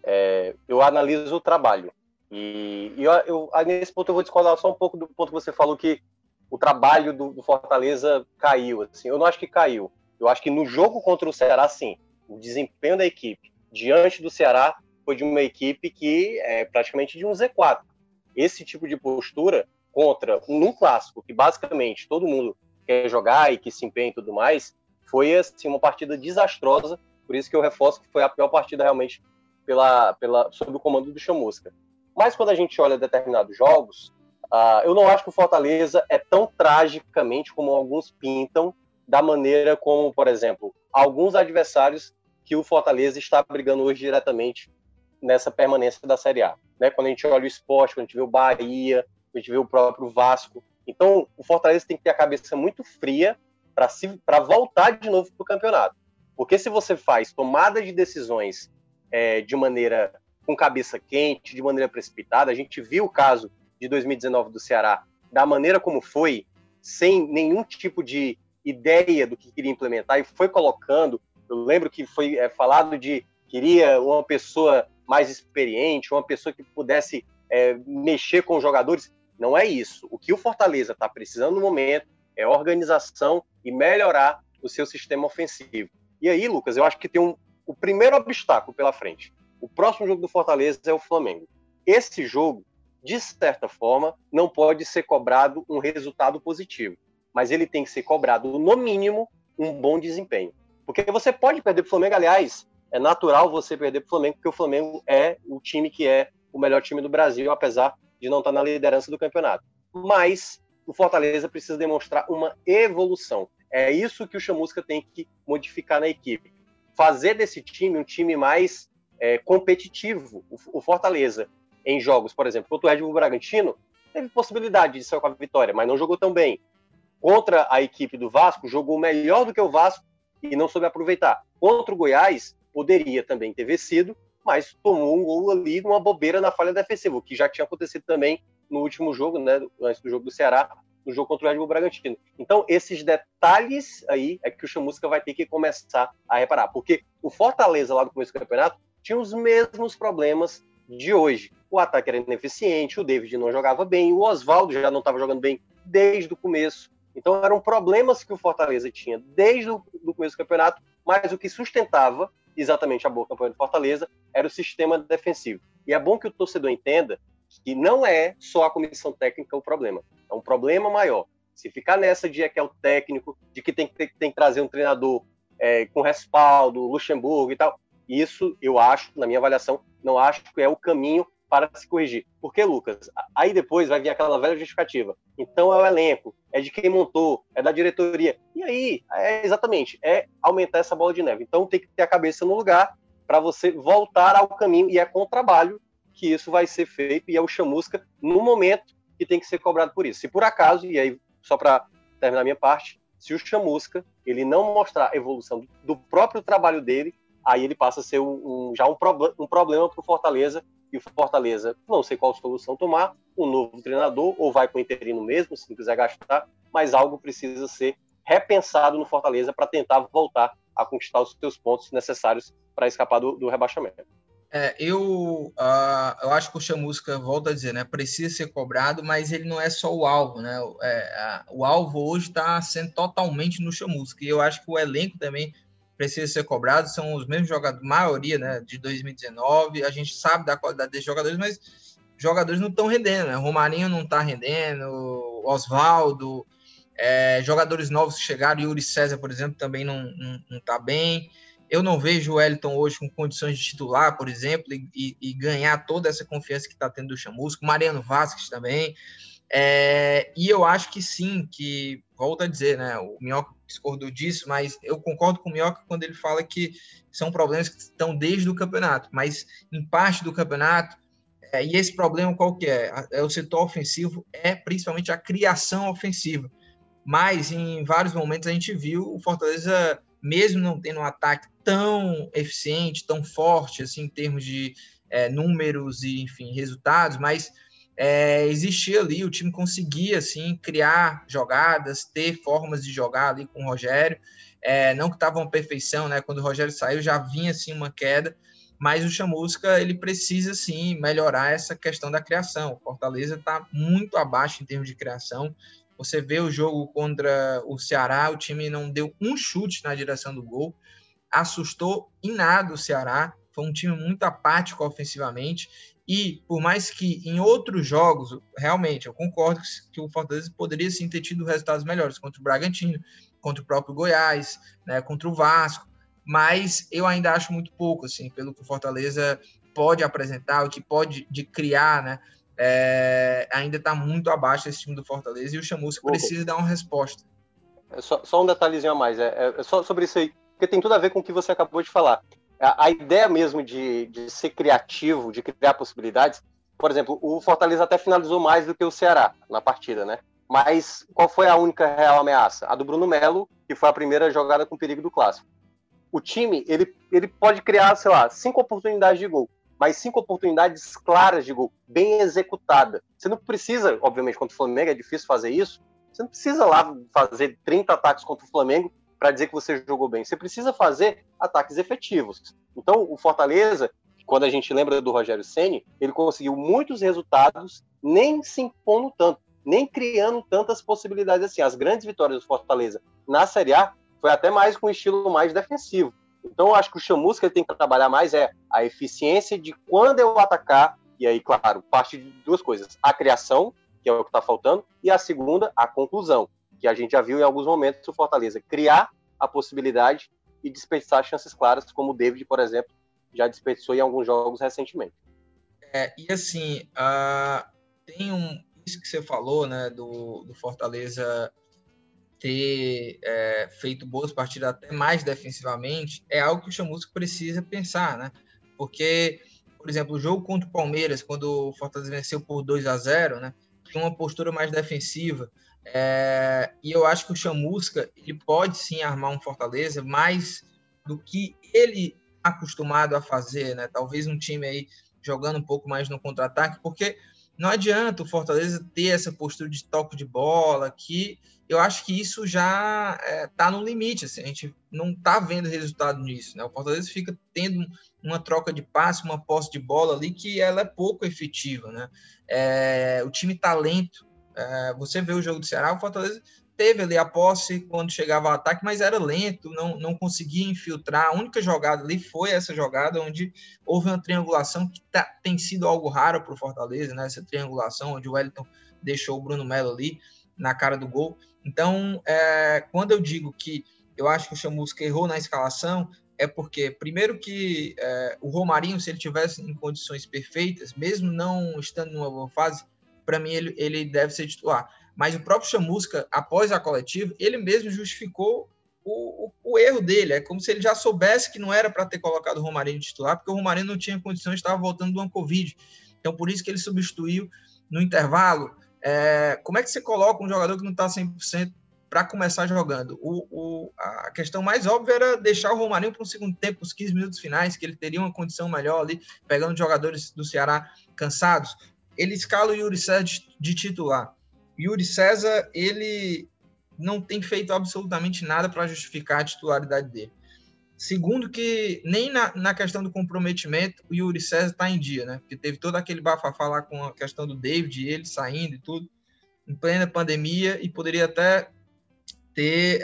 Eu analiso o trabalho. E nesse ponto eu vou discordar só um pouco do ponto que você falou, que o trabalho do Fortaleza caiu. Assim. Eu não acho que caiu. Eu acho que no jogo contra o Ceará, sim, o desempenho da equipe diante do Ceará foi de uma equipe que é praticamente de um Z4. Esse tipo de postura num clássico, que basicamente todo mundo quer jogar e que se empenha e tudo mais, foi assim, uma partida desastrosa. Por isso que eu reforço que foi a pior partida realmente sob o comando do Chamusca. Mas quando a gente olha determinados jogos, eu não acho que o Fortaleza é tão tragicamente como alguns pintam, da maneira como, por exemplo, alguns adversários que o Fortaleza está brigando hoje diretamente nessa permanência da Série A. Né? Quando a gente olha o Sport, quando a gente vê o Bahia, quando a gente vê o próprio Vasco. Então, o Fortaleza tem que ter a cabeça muito fria para voltar de novo para o campeonato. Porque se você faz tomada de decisões de maneira com cabeça quente, de maneira precipitada, a gente viu o caso de 2019 do Ceará, da maneira como foi, sem nenhum tipo de ideia do que queria implementar, e foi colocando. Eu lembro que foi falado de queria uma pessoa mais experiente, uma pessoa que pudesse mexer com os jogadores. Não é isso. O que o Fortaleza está precisando no momento é organização e melhorar o seu sistema ofensivo. E aí, Lucas, eu acho que tem o primeiro obstáculo pela frente. O próximo jogo do Fortaleza é o Flamengo. Esse jogo, de certa forma, não pode ser cobrado um resultado positivo, mas ele tem que ser cobrado, no mínimo, um bom desempenho. Porque você pode perder para o Flamengo, aliás, é natural você perder para o Flamengo, porque o Flamengo é o time que é o melhor time do Brasil, apesar de não estar na liderança do campeonato. Mas o Fortaleza precisa demonstrar uma evolução. É isso que o Chamusca tem que modificar na equipe. Fazer desse time um time mais competitivo. O Fortaleza, em jogos, por exemplo, contra o Red Bull Bragantino, teve possibilidade de sair com a vitória, mas não jogou tão bem. Contra a equipe do Vasco, jogou melhor do que o Vasco e não soube aproveitar. Contra o Goiás, poderia também ter vencido, mas tomou um gol ali, uma bobeira na falha defensiva, o que já tinha acontecido também no último jogo, né, antes do jogo do Ceará, no jogo contra o Red Bull Bragantino. Então, esses detalhes aí é que o Chamusca vai ter que começar a reparar, porque o Fortaleza, lá no começo do campeonato, tinha os mesmos problemas de hoje. O ataque era ineficiente, o David não jogava bem, o Oswaldo já não estava jogando bem desde o começo. Então, eram problemas que o Fortaleza tinha desde o começo do campeonato, mas o que sustentava exatamente a boa campanha do Fortaleza era o sistema defensivo. E é bom que o torcedor entenda que não é só a comissão técnica o problema, é um problema maior. Se ficar nessa de que é o técnico, de que tem que trazer um treinador com respaldo, Luxemburgo e tal, isso eu acho, na minha avaliação, não acho que é o caminho para se corrigir. Porque, Lucas, aí depois vai vir aquela velha justificativa. Então é o elenco, é de quem montou, é da diretoria. E aí, exatamente, é aumentar essa bola de neve. Então tem que ter a cabeça no lugar para você voltar ao caminho, e é com o trabalho que isso vai ser feito, e é o Chamusca, no momento, que tem que ser cobrado por isso. Se por acaso, e aí, só para terminar a minha parte, se o Chamusca ele não mostrar a evolução do próprio trabalho dele, aí ele passa a ser já um problema para o Fortaleza, e o Fortaleza, não sei qual solução tomar, um novo treinador, ou vai com o interino mesmo, se não quiser gastar, mas algo precisa ser repensado no Fortaleza para tentar voltar a conquistar os seus pontos necessários para escapar do rebaixamento. Eu acho que o Chamusca, volta a dizer, né, precisa ser cobrado, mas ele não é só o alvo, né? O alvo hoje está sendo totalmente no Chamusca, e eu acho que o elenco também precisa ser cobrado, são os mesmos jogadores, maioria, né, de 2019, a gente sabe da qualidade desses jogadores, mas os jogadores não estão rendendo, né? Romarinho não está rendendo, Oswaldo, jogadores novos que chegaram, Yuri César, por exemplo, também não está bem. Eu não vejo o Wellington hoje com condições de titular, por exemplo, e ganhar toda essa confiança que está tendo do Chamusca, Mariano Vasquez também. E eu acho que sim, que, volto a dizer, né, o Minhoca discordou disso, mas eu concordo com o Minhoca quando ele fala que são problemas que estão desde o campeonato, mas em parte do campeonato, e esse problema qual que é? É o setor ofensivo, principalmente a criação ofensiva, mas em vários momentos a gente viu o Fortaleza, mesmo não tendo um ataque tão eficiente, tão forte, assim, em termos de números e, enfim, resultados, mas existia ali, o time conseguia, assim, criar jogadas, ter formas de jogar ali com o Rogério, não que estava uma perfeição, né, quando o Rogério saiu já vinha, assim, uma queda, mas o Chamusca, ele precisa, sim, melhorar essa questão da criação. O Fortaleza está muito abaixo em termos de criação. Você vê o jogo contra o Ceará, o time não deu um chute na direção do gol, assustou em nada o Ceará, foi um time muito apático ofensivamente, e por mais que em outros jogos, realmente, eu concordo que o Fortaleza poderia sim ter tido resultados melhores, contra o Bragantino, contra o próprio Goiás, né, contra o Vasco, mas eu ainda acho muito pouco, assim, pelo que o Fortaleza pode apresentar, o que pode de criar, né, ainda está muito abaixo desse time do Fortaleza, e o Chamusca precisa dar uma resposta. Só um detalhezinho a mais, só sobre isso aí, porque tem tudo a ver com o que você acabou de falar. A ideia mesmo de ser criativo, de criar possibilidades, por exemplo, o Fortaleza até finalizou mais do que o Ceará na partida, né? Mas qual foi a única real ameaça? A do Bruno Melo, que foi a primeira jogada com perigo do clássico. O time, ele pode criar, sei lá, 5 oportunidades de gol, mas 5 oportunidades claras de gol, bem executada. Você não precisa, obviamente, contra o Flamengo, é difícil fazer isso, você não precisa lá fazer 30 ataques contra o Flamengo para dizer que você jogou bem. Você precisa fazer ataques efetivos. Então, o Fortaleza, quando a gente lembra do Rogério Ceni, ele conseguiu muitos resultados, nem se impondo tanto, nem criando tantas possibilidades assim. As grandes vitórias do Fortaleza na Série A foi até mais com um estilo mais defensivo. Então, eu acho que o Chamusca ele tem que trabalhar mais a eficiência de quando eu atacar, e aí, claro, parte de duas coisas. A criação, que é o que está faltando, e a segunda, a conclusão, que a gente já viu em alguns momentos o Fortaleza criar a possibilidade e desperdiçar chances claras, como o David, por exemplo, já desperdiçou em alguns jogos recentemente. E assim, tem isso que você falou, né, do Fortaleza ter feito boas partidas até mais defensivamente, é algo que o Chamusca precisa pensar, né? Porque, por exemplo, o jogo contra o Palmeiras, quando o Fortaleza venceu por 2-0, né, tinha uma postura mais defensiva, e eu acho que o Chamusca ele pode sim armar um Fortaleza mais do que ele é acostumado a fazer, né? Talvez um time aí jogando um pouco mais no contra-ataque, porque não adianta o Fortaleza ter essa postura de toque de bola, que eu acho que isso já está no limite, assim, a gente não está vendo resultado nisso, né? O Fortaleza fica tendo uma troca de passe, uma posse de bola ali que ela é pouco efetiva, né? O time está lento, você vê o jogo do Ceará, o Fortaleza teve ali a posse quando chegava ao ataque, mas era lento, não conseguia infiltrar. A única jogada ali foi essa jogada onde houve uma triangulação que tem sido algo raro para o Fortaleza, né? Essa triangulação onde o Wellington deixou o Bruno Melo ali na cara do gol. Então, quando eu digo que eu acho que o Chamusca errou na escalação, é porque, primeiro que o Romarinho, se ele tivesse em condições perfeitas, mesmo não estando numa boa fase, para mim ele deve ser titular. Mas o próprio Chamusca, após a coletiva, ele mesmo justificou o erro dele. É como se ele já soubesse que não era para ter colocado o Romarinho titular, porque o Romarinho não tinha condições, estava voltando de uma Covid. Então, por isso que ele substituiu no intervalo. Como é que você coloca um jogador que não está 100% para começar jogando? A questão mais óbvia era deixar o Romarinho para um segundo tempo, os 15 minutos finais, que ele teria uma condição melhor ali, pegando jogadores do Ceará cansados. Ele escala o Yuri César de titular. Yuri César, ele não tem feito absolutamente nada para justificar a titularidade dele. Segundo que nem na questão do comprometimento o Yuri César está em dia, né? Porque teve todo aquele bafafá lá com a questão do David, ele saindo e tudo, em plena pandemia, e poderia até ter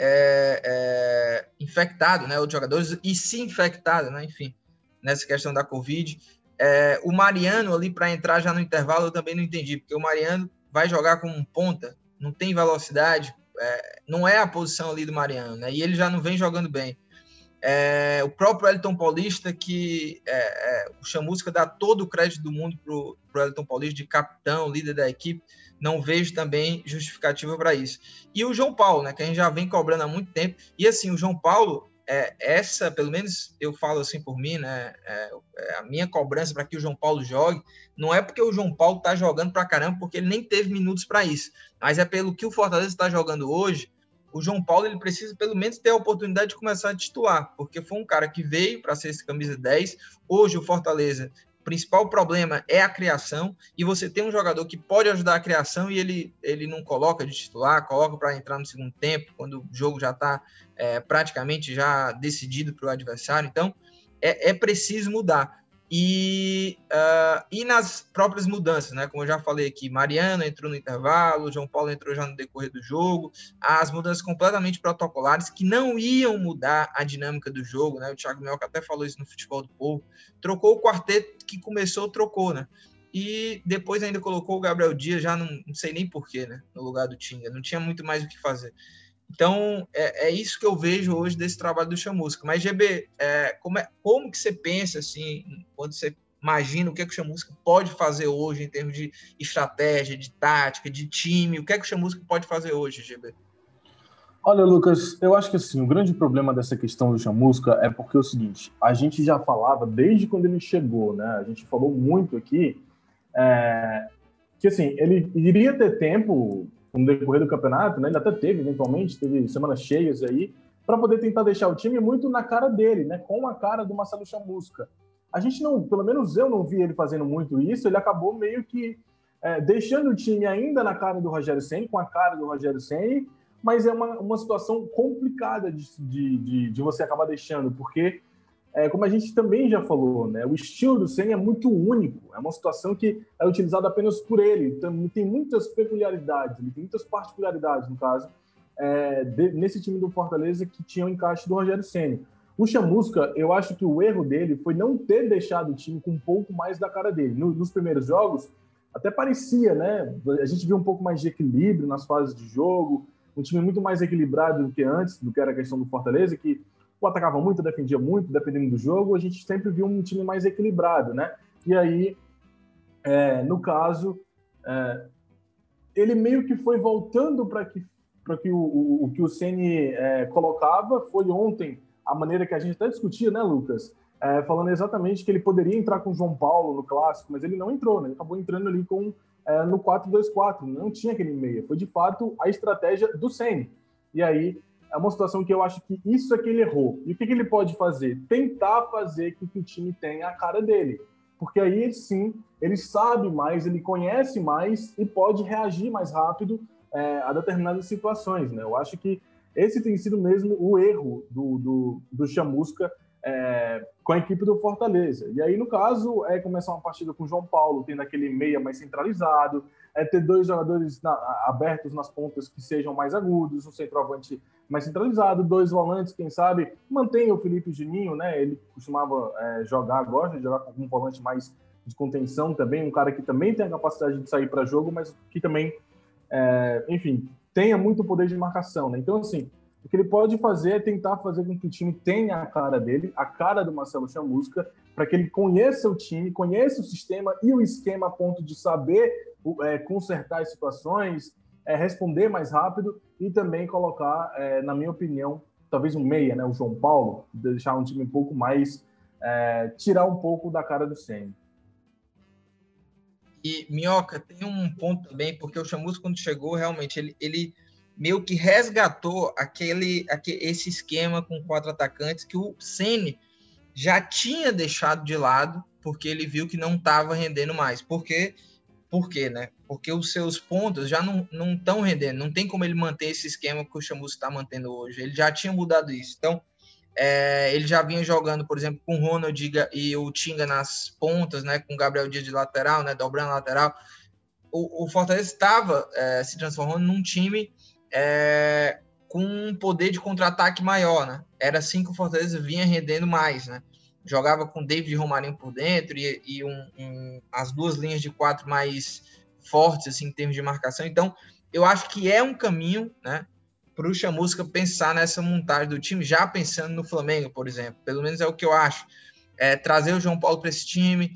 infectado, né, os jogadores, e se infectado, né? Enfim, nessa questão da Covid. O Mariano ali para entrar já no intervalo eu também não entendi, porque o Mariano vai jogar como um ponta, não tem velocidade, não é a posição ali do Mariano, né? E ele já não vem jogando bem. O próprio Wellington Paulista, que o Chamusca dá todo o crédito do mundo para o Wellington Paulista, de capitão, líder da equipe, não vejo também justificativa para isso. E o João Paulo, né, que a gente já vem cobrando há muito tempo, e assim, o João Paulo, pelo menos eu falo assim por mim, né, a minha cobrança para que o João Paulo jogue, não é porque o João Paulo está jogando para caramba, porque ele nem teve minutos para isso, mas é pelo que o Fortaleza está jogando hoje. O João Paulo ele precisa pelo menos ter a oportunidade de começar a titular, porque foi um cara que veio para ser esse camisa 10, hoje o Fortaleza, o principal problema é a criação, e você tem um jogador que pode ajudar a criação e ele não coloca de titular, coloca para entrar no segundo tempo, quando o jogo já está praticamente já decidido para o adversário. Então, é preciso mudar. E nas próprias mudanças, né? Como eu já falei aqui, Mariano entrou no intervalo, João Paulo entrou já no decorrer do jogo, as mudanças completamente protocolares que não iam mudar a dinâmica do jogo, né? O Thiago Mioca até falou isso no Futebol do Povo, trocou o quarteto que começou, trocou, né? E depois ainda colocou o Gabriel Dias, já não sei nem porquê, né? No lugar do Tinga, não tinha muito mais o que fazer. Então, é isso que eu vejo hoje desse trabalho do Chamusca. Mas, GB, como que você pensa, assim, quando você imagina o que o Chamusca pode fazer hoje em termos de estratégia, de tática, de time? O que o Chamusca pode fazer hoje, GB? Olha, Lucas, eu acho que assim, o grande problema dessa questão do Chamusca é porque é o seguinte, a gente já falava desde quando ele chegou, né? A gente falou muito aqui que, assim, ele iria ter tempo no decorrer do campeonato, né? Ele até teve, eventualmente, teve semanas cheias aí, para poder tentar deixar o time muito na cara dele, né? Com a cara do Marcelo Chamusca. A gente não, pelo menos eu não vi ele fazendo muito isso, ele acabou meio que deixando o time ainda na cara do Rogério Ceni, com a cara do Rogério Ceni, mas é uma situação complicada de você acabar deixando, porque, como a gente também já falou, né? O estilo do Ceni é muito único, é uma situação que é utilizada apenas por ele, então, tem muitas peculiaridades, tem muitas particularidades, no caso, nesse time do Fortaleza que tinha o encaixe do Rogério Ceni. O Chamusca, eu acho que o erro dele foi não ter deixado o time com um pouco mais da cara dele. Nos primeiros jogos, até parecia, né? A gente viu um pouco mais de equilíbrio nas fases de jogo, um time muito mais equilibrado do que antes, do que era a questão do Fortaleza, que atacava muito, defendia muito, dependendo do jogo, a gente sempre viu um time mais equilibrado, né? E aí, no caso, ele meio que foi voltando para que o que o Ceni colocava. Foi ontem a maneira que a gente até discutia, né, Lucas? Falando exatamente que ele poderia entrar com o João Paulo no Clássico, mas ele não entrou, né? Ele acabou entrando ali no 4-2-4, não tinha aquele meia. Foi, de fato, a estratégia do Ceni. E aí, é uma situação que eu acho que isso é que ele errou. E o que ele pode fazer? Tentar fazer com que o time tenha a cara dele. porque aí sim ele sabe mais, ele conhece mais e pode reagir mais rápido a determinadas situações, né? Eu acho que esse tem sido mesmo o erro do Chamusca com a equipe do Fortaleza. E aí, no caso, começar uma partida com o João Paulo, tendo aquele meia mais centralizado, ter dois jogadores abertos nas pontas que sejam mais agudos, um centroavante mais centralizado, dois volantes, quem sabe, mantenha o Felipe Juninho, né? Ele costumava gosta de jogar com um volante mais de contenção também, um cara que também tem a capacidade de sair para jogo, mas que também, enfim, tenha muito poder de marcação, né? Então, assim, o que ele pode fazer é tentar fazer com que o time tenha a cara dele, a cara do Marcelo Chamusca, para que ele conheça o time, conheça o sistema e o esquema a ponto de saber consertar as situações, responder mais rápido e também colocar, na minha opinião, talvez um meia, né, o João Paulo, deixar um time um pouco mais, tirar um pouco da cara do Ceni. E, Minhoca, tem um ponto também, porque o Chamusca, quando chegou, realmente, ele meio que resgatou esse esquema com 4 atacantes que o Ceni já tinha deixado de lado, porque ele viu que não estava rendendo mais. Por quê, né? Porque os seus pontos já não estão rendendo, não tem como ele manter esse esquema que o Chamusca está mantendo hoje. Ele já tinha mudado isso. Então, ele já vinha jogando, por exemplo, com o Ronald e o Tinga nas pontas, né? Com o Gabriel Dias de lateral, né? Dobrando a lateral. O Fortaleza estava se transformando num time com um poder de contra-ataque maior, né? Era assim que o Fortaleza vinha rendendo mais, né? Jogava com David e Romarinho por dentro e as duas linhas de 4 mais fortes, assim, em termos de marcação. Então, eu acho que é um caminho, né, para o Chamusca pensar nessa montagem do time, já pensando no Flamengo, por exemplo. Pelo menos é o que eu acho. Trazer o João Paulo para esse time,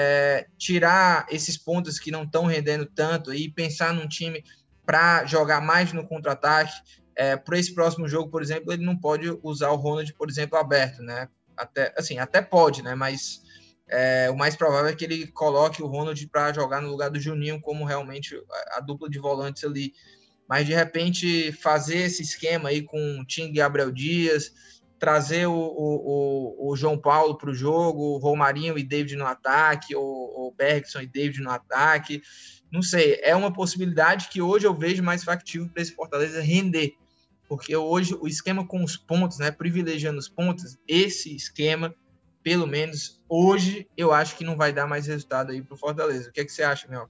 tirar esses pontos que não estão rendendo tanto e pensar num time para jogar mais no contra-ataque. Para esse próximo jogo, por exemplo, ele não pode usar o Ronald, por exemplo, aberto, né? Até pode, né? Mas o mais provável é que ele coloque o Ronald para jogar no lugar do Juninho, como realmente a dupla de volantes ali. Mas, de repente, fazer esse esquema aí com o Tinga e Gabriel Dias, trazer o João Paulo para o jogo, o Romarinho e David no ataque, o Bergson e David no ataque, não sei, é uma possibilidade que hoje eu vejo mais factível para esse Fortaleza render, porque hoje o esquema com os pontos, né, privilegiando os pontos, esse esquema, pelo menos hoje, eu acho que não vai dar mais resultado aí para o Fortaleza. O que você acha, Mel?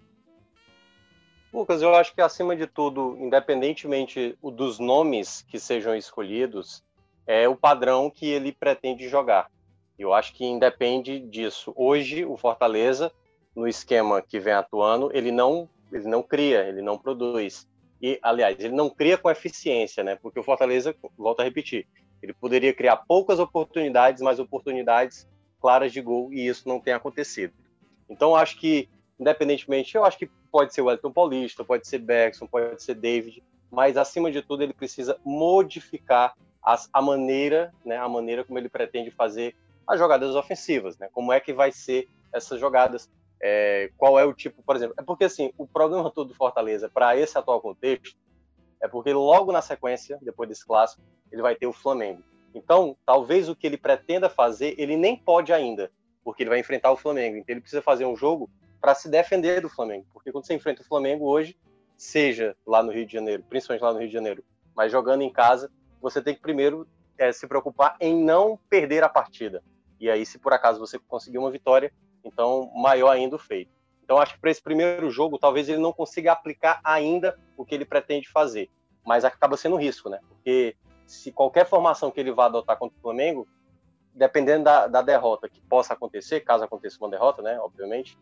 Lucas, eu acho que, acima de tudo, independentemente dos nomes que sejam escolhidos, é o padrão que ele pretende jogar. Eu acho que independe disso. Hoje, o Fortaleza, no esquema que vem atuando, ele não cria, ele não produz. E, aliás, ele não cria com eficiência, né? Porque o Fortaleza, volto a repetir, ele poderia criar poucas oportunidades, mas oportunidades claras de gol, e isso não tem acontecido. Então, acho que, independentemente, eu acho que pode ser o Wellington Paulista, pode ser Bergson, pode ser David, mas, acima de tudo, ele precisa modificar a maneira, né, a maneira como ele pretende fazer as jogadas ofensivas, né? Como é que vai ser essas jogadas, qual é o tipo, por exemplo. É porque, assim, o problema todo do Fortaleza, para esse atual contexto, é porque logo na sequência, depois desse clássico, ele vai ter o Flamengo. Então, talvez o que ele pretenda fazer, ele nem pode ainda, porque ele vai enfrentar o Flamengo. Então, ele precisa fazer um jogo para se defender do Flamengo, porque quando você enfrenta o Flamengo hoje, seja lá no Rio de Janeiro, principalmente lá no Rio de Janeiro, mas jogando em casa, você tem que primeiro se preocupar em não perder a partida. E aí, se por acaso você conseguir uma vitória, então maior ainda o feito. Então, acho que para esse primeiro jogo, talvez ele não consiga aplicar ainda o que ele pretende fazer, mas acaba sendo um risco, né? Porque se qualquer formação que ele vá adotar contra o Flamengo, dependendo da derrota que possa acontecer, caso aconteça uma derrota, né, obviamente,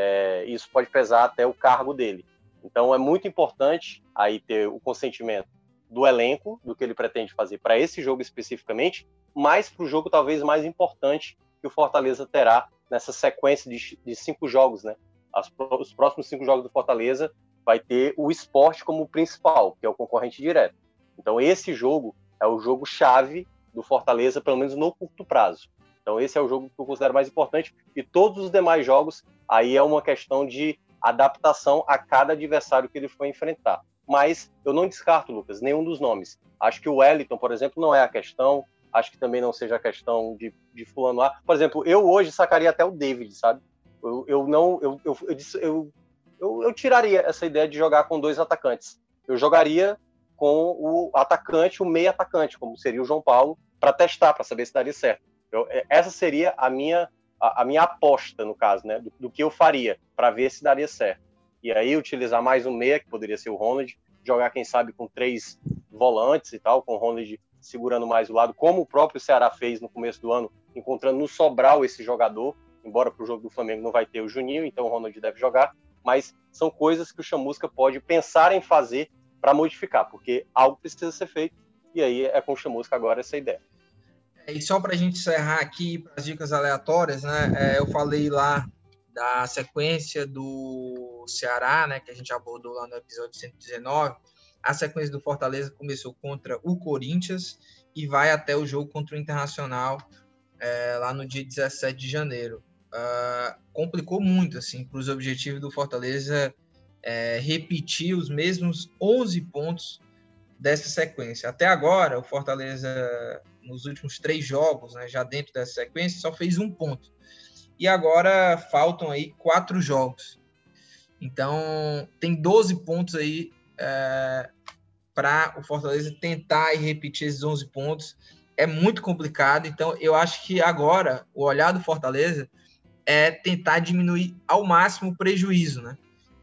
isso pode pesar até o cargo dele. Então, é muito importante aí ter o consentimento do elenco, do que ele pretende fazer para esse jogo especificamente, mas para o jogo talvez mais importante que o Fortaleza terá nessa sequência de 5 jogos, né? Os próximos 5 jogos do Fortaleza vai ter o Sport como principal, que é o concorrente direto. Então, esse jogo é o jogo-chave do Fortaleza, pelo menos no curto prazo. Então, esse é o jogo que eu considero mais importante, e todos os demais jogos, aí é uma questão de adaptação a cada adversário que ele for enfrentar. Mas eu não descarto, Lucas, nenhum dos nomes. Acho que o Wellington, por exemplo, não é a questão. Acho que também não seja a questão de fulano lá. Por exemplo, eu hoje sacaria até o David, sabe? Eu tiraria essa ideia de jogar com 2 atacantes. Eu jogaria com o atacante, o meio atacante, como seria o João Paulo, para testar, para saber se daria certo. Essa seria a minha aposta, no caso, né, do que eu faria, para ver se daria certo. E aí utilizar mais um meia, que poderia ser o Ronald, jogar, quem sabe, com 3 volantes e tal, com o Ronald segurando mais o lado, como o próprio Ceará fez no começo do ano, encontrando no Sobral esse jogador, embora para o jogo do Flamengo não vai ter o Juninho, então o Ronald deve jogar, mas são coisas que o Chamusca pode pensar em fazer para modificar, porque algo precisa ser feito, e aí é com o Chamusca agora essa ideia. E só para a gente encerrar aqui, para as dicas aleatórias, né? Eu falei lá da sequência do Ceará, né? Que a gente abordou lá no episódio 119. A sequência do Fortaleza começou contra o Corinthians e vai até o jogo contra o Internacional lá no dia 17 de janeiro. Complicou muito, assim, para os objetivos do Fortaleza repetir os mesmos 11 pontos dessa sequência. Até agora, o Fortaleza, nos últimos 3 jogos, né, já dentro dessa sequência, só fez 1 ponto. E agora faltam aí 4 jogos. Então, tem 12 pontos aí para o Fortaleza tentar e repetir esses 11 pontos. É muito complicado. Então, eu acho que agora o olhar do Fortaleza é tentar diminuir ao máximo o prejuízo, né?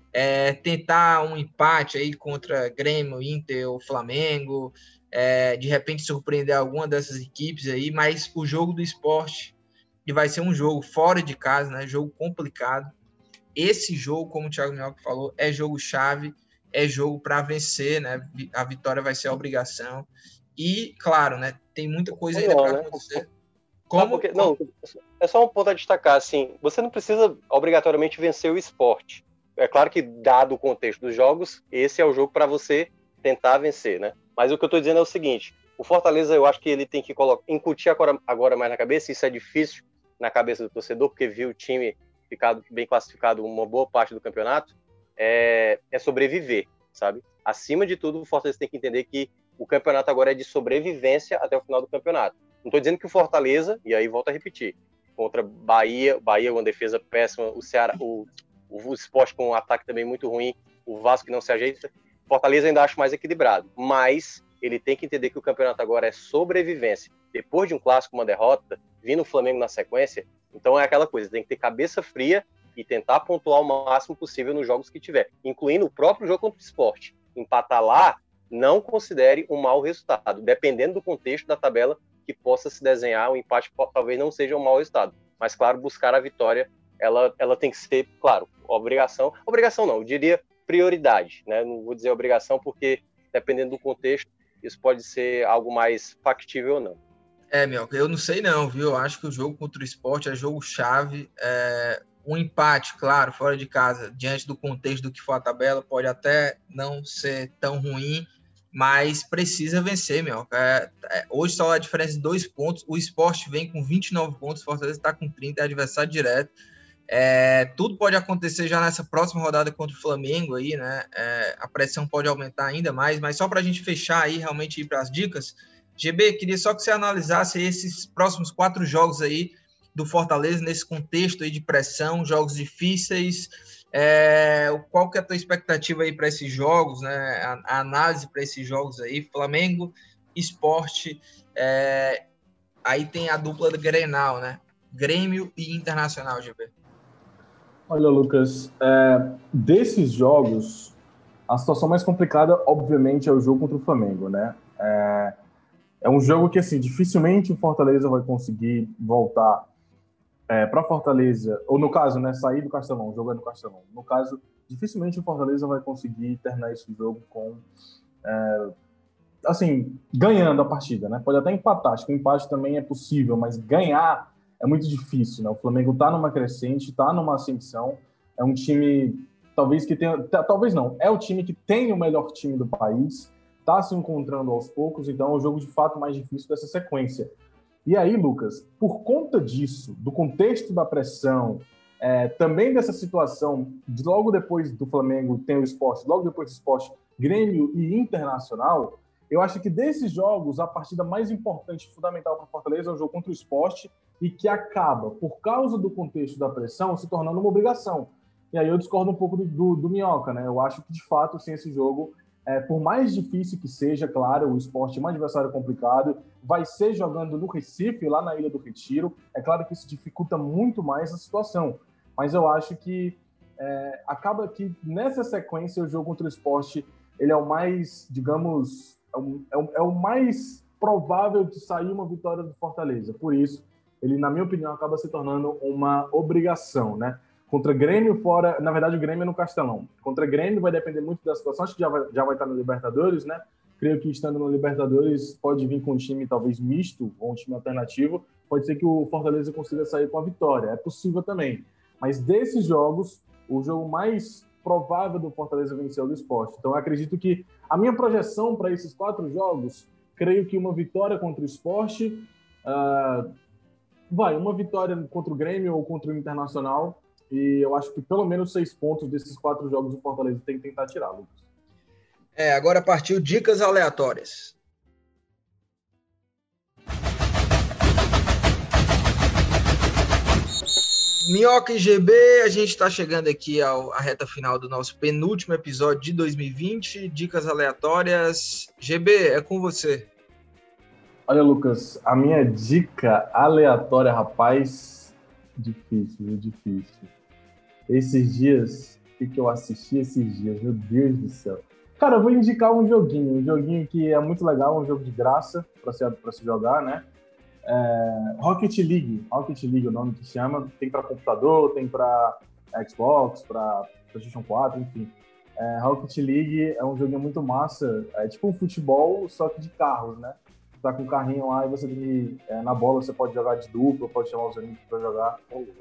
Tentar um empate aí contra Grêmio, Inter ou Flamengo, de repente surpreender alguma dessas equipes aí, mas o jogo do Sport, que vai ser um jogo fora de casa, né? Jogo complicado. Esse jogo, como o Thiago Minhoca falou, é jogo-chave, é jogo para vencer, né? A vitória vai ser a obrigação. E, claro, né? Tem muita coisa ainda para acontecer. Não, é só um ponto a destacar, assim, você não precisa obrigatoriamente vencer o Sport. É claro que, dado o contexto dos jogos, esse é o jogo para você tentar vencer, né? Mas o que eu estou dizendo é o seguinte, o Fortaleza, eu acho que ele tem que incutir agora mais na cabeça, isso é difícil na cabeça do torcedor, porque viu o time ficado bem classificado uma boa parte do campeonato, é sobreviver, sabe? Acima de tudo, o Fortaleza tem que entender que o campeonato agora é de sobrevivência até o final do campeonato. Não estou dizendo que o Fortaleza, e aí volto a repetir, contra Bahia uma defesa péssima, o Ceará, o Sport com um ataque também muito ruim, o Vasco que não se ajeita, Fortaleza ainda acho mais equilibrado, mas ele tem que entender que o campeonato agora é sobrevivência. Depois de um clássico, uma derrota, vindo o Flamengo na sequência, então é aquela coisa, tem que ter cabeça fria e tentar pontuar o máximo possível nos jogos que tiver, incluindo o próprio jogo contra o Sport. Empatar lá, não considere um mau resultado, dependendo do contexto da tabela que possa se desenhar, o empate talvez não seja um mau resultado, mas claro, buscar a vitória, ela tem que ser, claro, obrigação não, eu diria prioridade, né? Não vou dizer obrigação porque, dependendo do contexto, isso pode ser algo mais factível ou não. Eu não sei não, viu? Eu acho que o jogo contra o Sport é jogo-chave. Um empate, claro, fora de casa, diante do contexto do que for a tabela, pode até não ser tão ruim, mas precisa vencer, hoje só a diferença de 2 pontos, o Sport vem com 29 pontos, o Fortaleza está com 30, é adversário direto. Tudo pode acontecer já nessa próxima rodada contra o Flamengo aí, né? A pressão pode aumentar ainda mais, mas só para a gente fechar aí, realmente ir para as dicas, GB, queria só que você analisasse esses próximos 4 jogos aí do Fortaleza, nesse contexto aí de pressão, jogos difíceis, qual que é a tua expectativa aí para esses jogos, né? A análise para esses jogos aí, Flamengo, Sport, aí tem a dupla do Grenal, né? Grêmio e Internacional, GB. Olha, Lucas, desses jogos, a situação mais complicada, obviamente, é o jogo contra o Flamengo, né? É um jogo que, assim, dificilmente o Fortaleza vai conseguir voltar para Fortaleza, ou no caso, né, sair do Castelão, jogando no Castelão. No caso, dificilmente o Fortaleza vai conseguir terminar esse jogo com, assim, ganhando a partida, né? Pode até empatar, acho que o empate também é possível, mas ganhar é muito difícil, né? O Flamengo está numa crescente, está numa ascensão, é um time, talvez que tenha, talvez não, é o time que tem o melhor time do país, está se encontrando aos poucos, então é o jogo de fato mais difícil dessa sequência. E aí, Lucas, por conta disso, do contexto da pressão, também dessa situação, de logo depois do Flamengo tem o Sport, logo depois do Sport, Grêmio e Internacional, eu acho que desses jogos, a partida mais importante e fundamental para o Fortaleza é o jogo contra o Sport e que acaba, por causa do contexto da pressão, se tornando uma obrigação. E aí eu discordo um pouco do Minhoca, né? Eu acho que, de fato, sim, esse jogo, por mais difícil que seja, claro, o Sport é um adversário complicado, vai ser jogando no Recife, lá na Ilha do Retiro. É claro que isso dificulta muito mais a situação, mas eu acho que acaba que, nessa sequência, o jogo contra o Sport, ele é o mais, digamos, é o mais provável de sair uma vitória do Fortaleza. Por isso, ele, na minha opinião, acaba se tornando uma obrigação, né? Contra Grêmio fora... Na verdade, o Grêmio é no Castelão. Contra Grêmio vai depender muito da situação. Acho que já vai estar no Libertadores, né? Creio que, estando no Libertadores, pode vir com um time talvez misto, ou um time alternativo. Pode ser que o Fortaleza consiga sair com a vitória. É possível também. Mas desses jogos, o jogo mais provável do Fortaleza vencer é o do Sport. Então, eu acredito que a minha projeção para esses 4 jogos, creio que uma vitória contra o Sport... uma vitória contra o Grêmio ou contra o Internacional, e eu acho que pelo menos 6 pontos desses 4 jogos o Fortaleza tem que tentar tirar, Lucas. Agora partiu dicas aleatórias. Minhoca e GB, a gente está chegando aqui à reta final do nosso penúltimo episódio de 2020. Dicas aleatórias. GB, é com você. Olha, Lucas, a minha dica aleatória, rapaz, difícil. Esses dias, o que eu assisti esses dias? Meu Deus do céu. Cara, eu vou indicar um joguinho que é muito legal, um jogo de graça para se jogar, né? Rocket League, o nome que chama. Tem para computador, tem para Xbox, para PlayStation 4, enfim. Rocket League é um joguinho muito massa, é tipo um futebol, só que de carros, né? Tá com o carrinho lá e você tem que, na bola você pode jogar de dupla, pode chamar os amigos para jogar.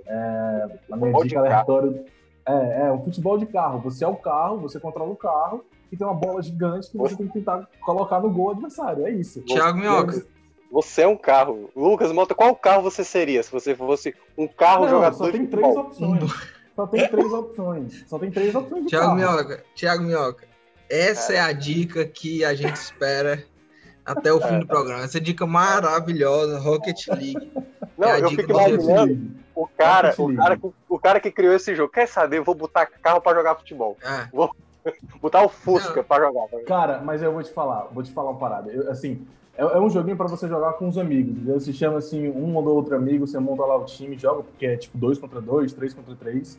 A minha dica aleatória é um futebol de carro. Você é o carro, você controla o carro e tem uma bola gigante que você tem que tentar colocar no gol adversário. É isso. Thiago Minhoca. Você é um carro. Lucas Mota, qual carro você seria se você fosse um carro jogador? Só tem 3 opções. Só tem 3 opções de Thiago Minhoca, essa é a dica que a gente espera até o fim do programa. Essa dica maravilhosa, Rocket League. Não, eu fico imaginando o cara que criou esse jogo. Quer saber? Eu vou botar carro pra jogar futebol. Vou botar o Fusca pra jogar. Cara, mas eu vou te falar uma parada. É um joguinho pra você jogar com os amigos. Entendeu? Se chama assim, um ou outro amigo, você monta lá o time, joga, porque é tipo 2 contra 2, 3 contra 3.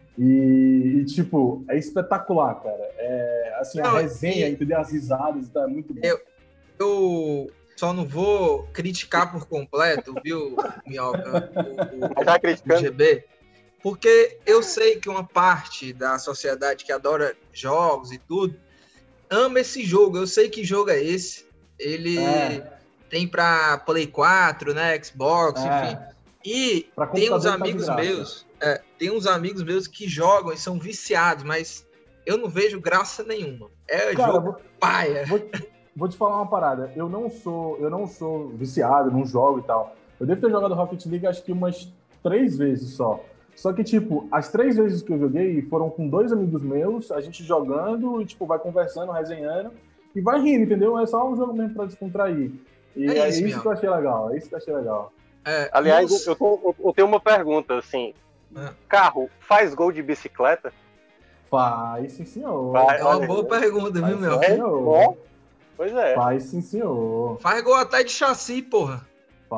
E tipo, é espetacular, cara. A resenha, entendeu? As risadas, tá muito bom. Eu só não vou criticar por completo, viu, Minhoca, o GB, porque eu sei que uma parte da sociedade que adora jogos e tudo, ama esse jogo. Eu sei que jogo é esse. Ele tem para Play 4, né, Xbox, enfim. E tem uns amigos meus, que jogam e são viciados, mas eu não vejo graça nenhuma. Jogo paia. Vou te falar uma parada. Eu não sou viciado, não jogo e tal. Eu devo ter jogado Rocket League acho que umas 3 vezes só. Só que, tipo, as 3 vezes que eu joguei foram com 2 amigos meus, a gente jogando e, tipo, vai conversando, resenhando e vai rindo, entendeu? É só um jogo mesmo pra descontrair. E é isso que eu achei legal. Aliás, eu tenho uma pergunta, assim. Carro faz gol de bicicleta? Faz, sim, senhor. É uma boa pergunta, viu, meu? Pois é. Faz, sim, senhor. Faz gol até de chassi, porra.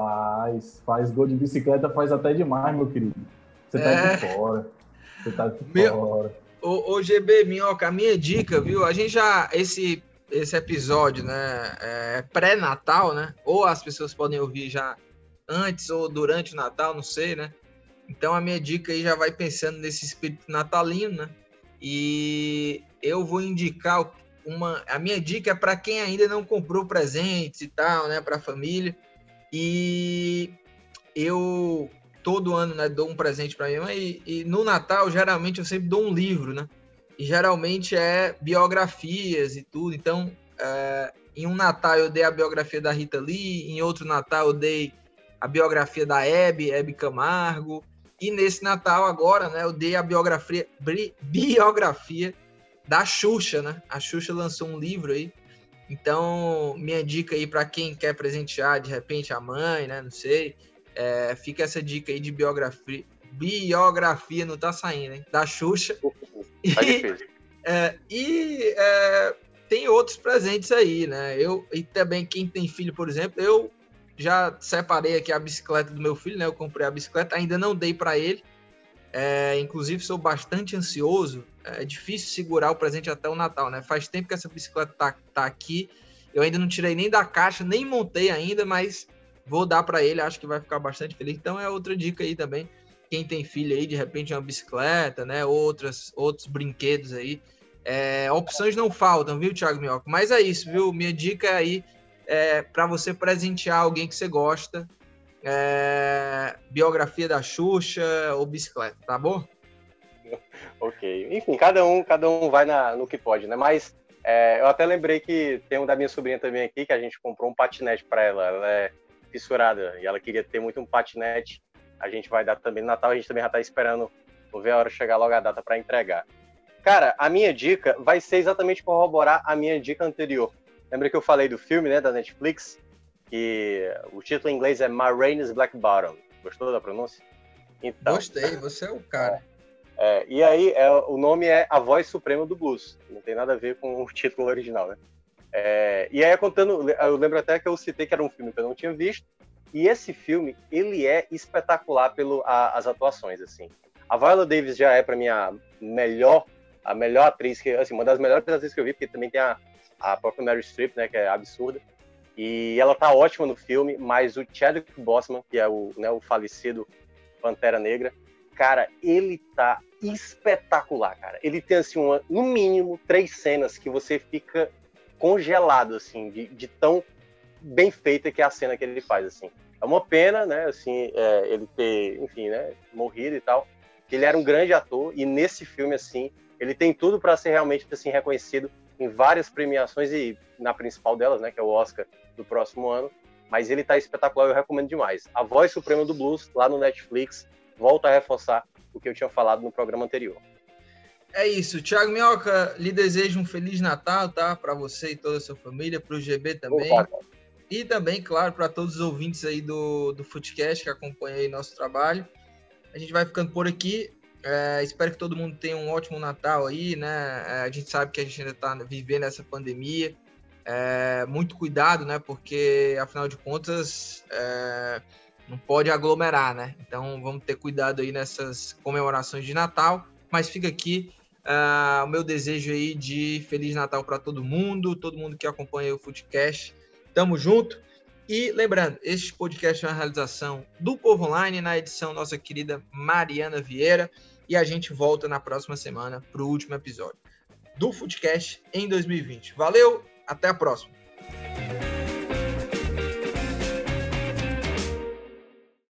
Faz gol de bicicleta, faz até demais, meu querido. Você tá de fora. Ô, GB, Minhoca, a minha dica, viu? A gente já, esse episódio, né, é pré-natal, né? Ou as pessoas podem ouvir já antes ou durante o Natal, não sei, né? Então a minha dica aí já vai pensando nesse espírito natalino, né? E eu vou indicar a minha dica é para quem ainda não comprou presentes e tal, né, para a família. E eu todo ano, né, dou um presente para minha mãe e no Natal geralmente eu sempre dou um livro, né? E geralmente é biografias e tudo. Então, em um Natal eu dei a biografia da Rita Lee, em outro Natal eu dei a biografia da Hebe Camargo, e nesse Natal agora, né, eu dei a biografia da Xuxa, né? A Xuxa lançou um livro aí. Então, minha dica aí para quem quer presentear, de repente, a mãe, né? Não sei. Fica essa dica aí de biografia, não tá saindo, hein? Da Xuxa. Tá difícil. Tem outros presentes aí, né? E também quem tem filho, por exemplo, eu já separei aqui a bicicleta do meu filho, né? Eu comprei a bicicleta, ainda não dei para ele. Inclusive, sou bastante ansioso. É difícil segurar o presente até o Natal, né? Faz tempo que essa bicicleta tá aqui. Eu ainda não tirei nem da caixa, nem montei ainda, mas vou dar para ele. Acho que vai ficar bastante feliz. Então, é outra dica aí também. Quem tem filho aí, de repente, uma bicicleta, né? Outros brinquedos aí. Opções não faltam, viu, Thiago Minhoca? Mas é isso, viu? Minha dica aí para você presentear alguém que você gosta. Biografia da Xuxa ou bicicleta, tá bom? Ok. Enfim, cada um vai no que pode, né? Mas eu até lembrei que tem um da minha sobrinha também aqui, que a gente comprou um patinete para ela. Ela é fissurada e ela queria ter muito um patinete. A gente vai dar também no Natal, a gente também já tá esperando. Vou ver a hora chegar logo a data para entregar. Cara, a minha dica vai ser exatamente corroborar a minha dica anterior. Lembra que eu falei do filme, né, da Netflix? Que o título em inglês é Ma Rainey's Black Bottom. Gostou da pronúncia? Então, gostei, você é o cara. E aí, o nome é A Voz Suprema do Blues. Não tem nada a ver com o título original, né? E aí, contando, eu lembro até que eu citei que era um filme que eu não tinha visto. E esse filme, ele é espetacular as atuações, assim. A Viola Davis já é, pra mim, a melhor atriz, assim, uma das melhores atrizes que eu vi, porque também tem a própria Meryl Streep, né, que é absurda. E ela tá ótima no filme, mas o Chadwick Boseman, que é o falecido Pantera Negra, cara, ele tá espetacular, cara. Ele tem, assim, no mínimo 3 cenas que você fica congelado, assim, de tão bem feita que é a cena que ele faz, assim. É uma pena, né, assim, ele ter, enfim, né, morrido e tal, que ele era um grande ator, e nesse filme, assim, ele tem tudo para ser realmente, assim, reconhecido em várias premiações, e na principal delas, né, que é o Oscar do próximo ano, mas ele tá espetacular, eu recomendo demais. A Voz Suprema do Blues, lá no Netflix, volta a reforçar o que eu tinha falado no programa anterior. É isso, Thiago Minhoca, lhe desejo um Feliz Natal, tá? Para você e toda a sua família, para o GB também. Opa. E também, claro, para todos os ouvintes aí do Footcast que acompanham aí nosso trabalho. A gente vai ficando por aqui. Espero que todo mundo tenha um ótimo Natal aí, né? A gente sabe que a gente ainda está vivendo essa pandemia. Muito cuidado, né? Porque, afinal de contas, não pode aglomerar, né? Então, vamos ter cuidado aí nessas comemorações de Natal. Mas fica aqui o meu desejo aí de Feliz Natal para todo mundo que acompanha o Footcast. Tamo junto. E lembrando, este podcast é uma realização do Povo Online, na edição nossa querida Mariana Vieira. E a gente volta na próxima semana para o último episódio do Footcast em 2020. Valeu, até a próxima.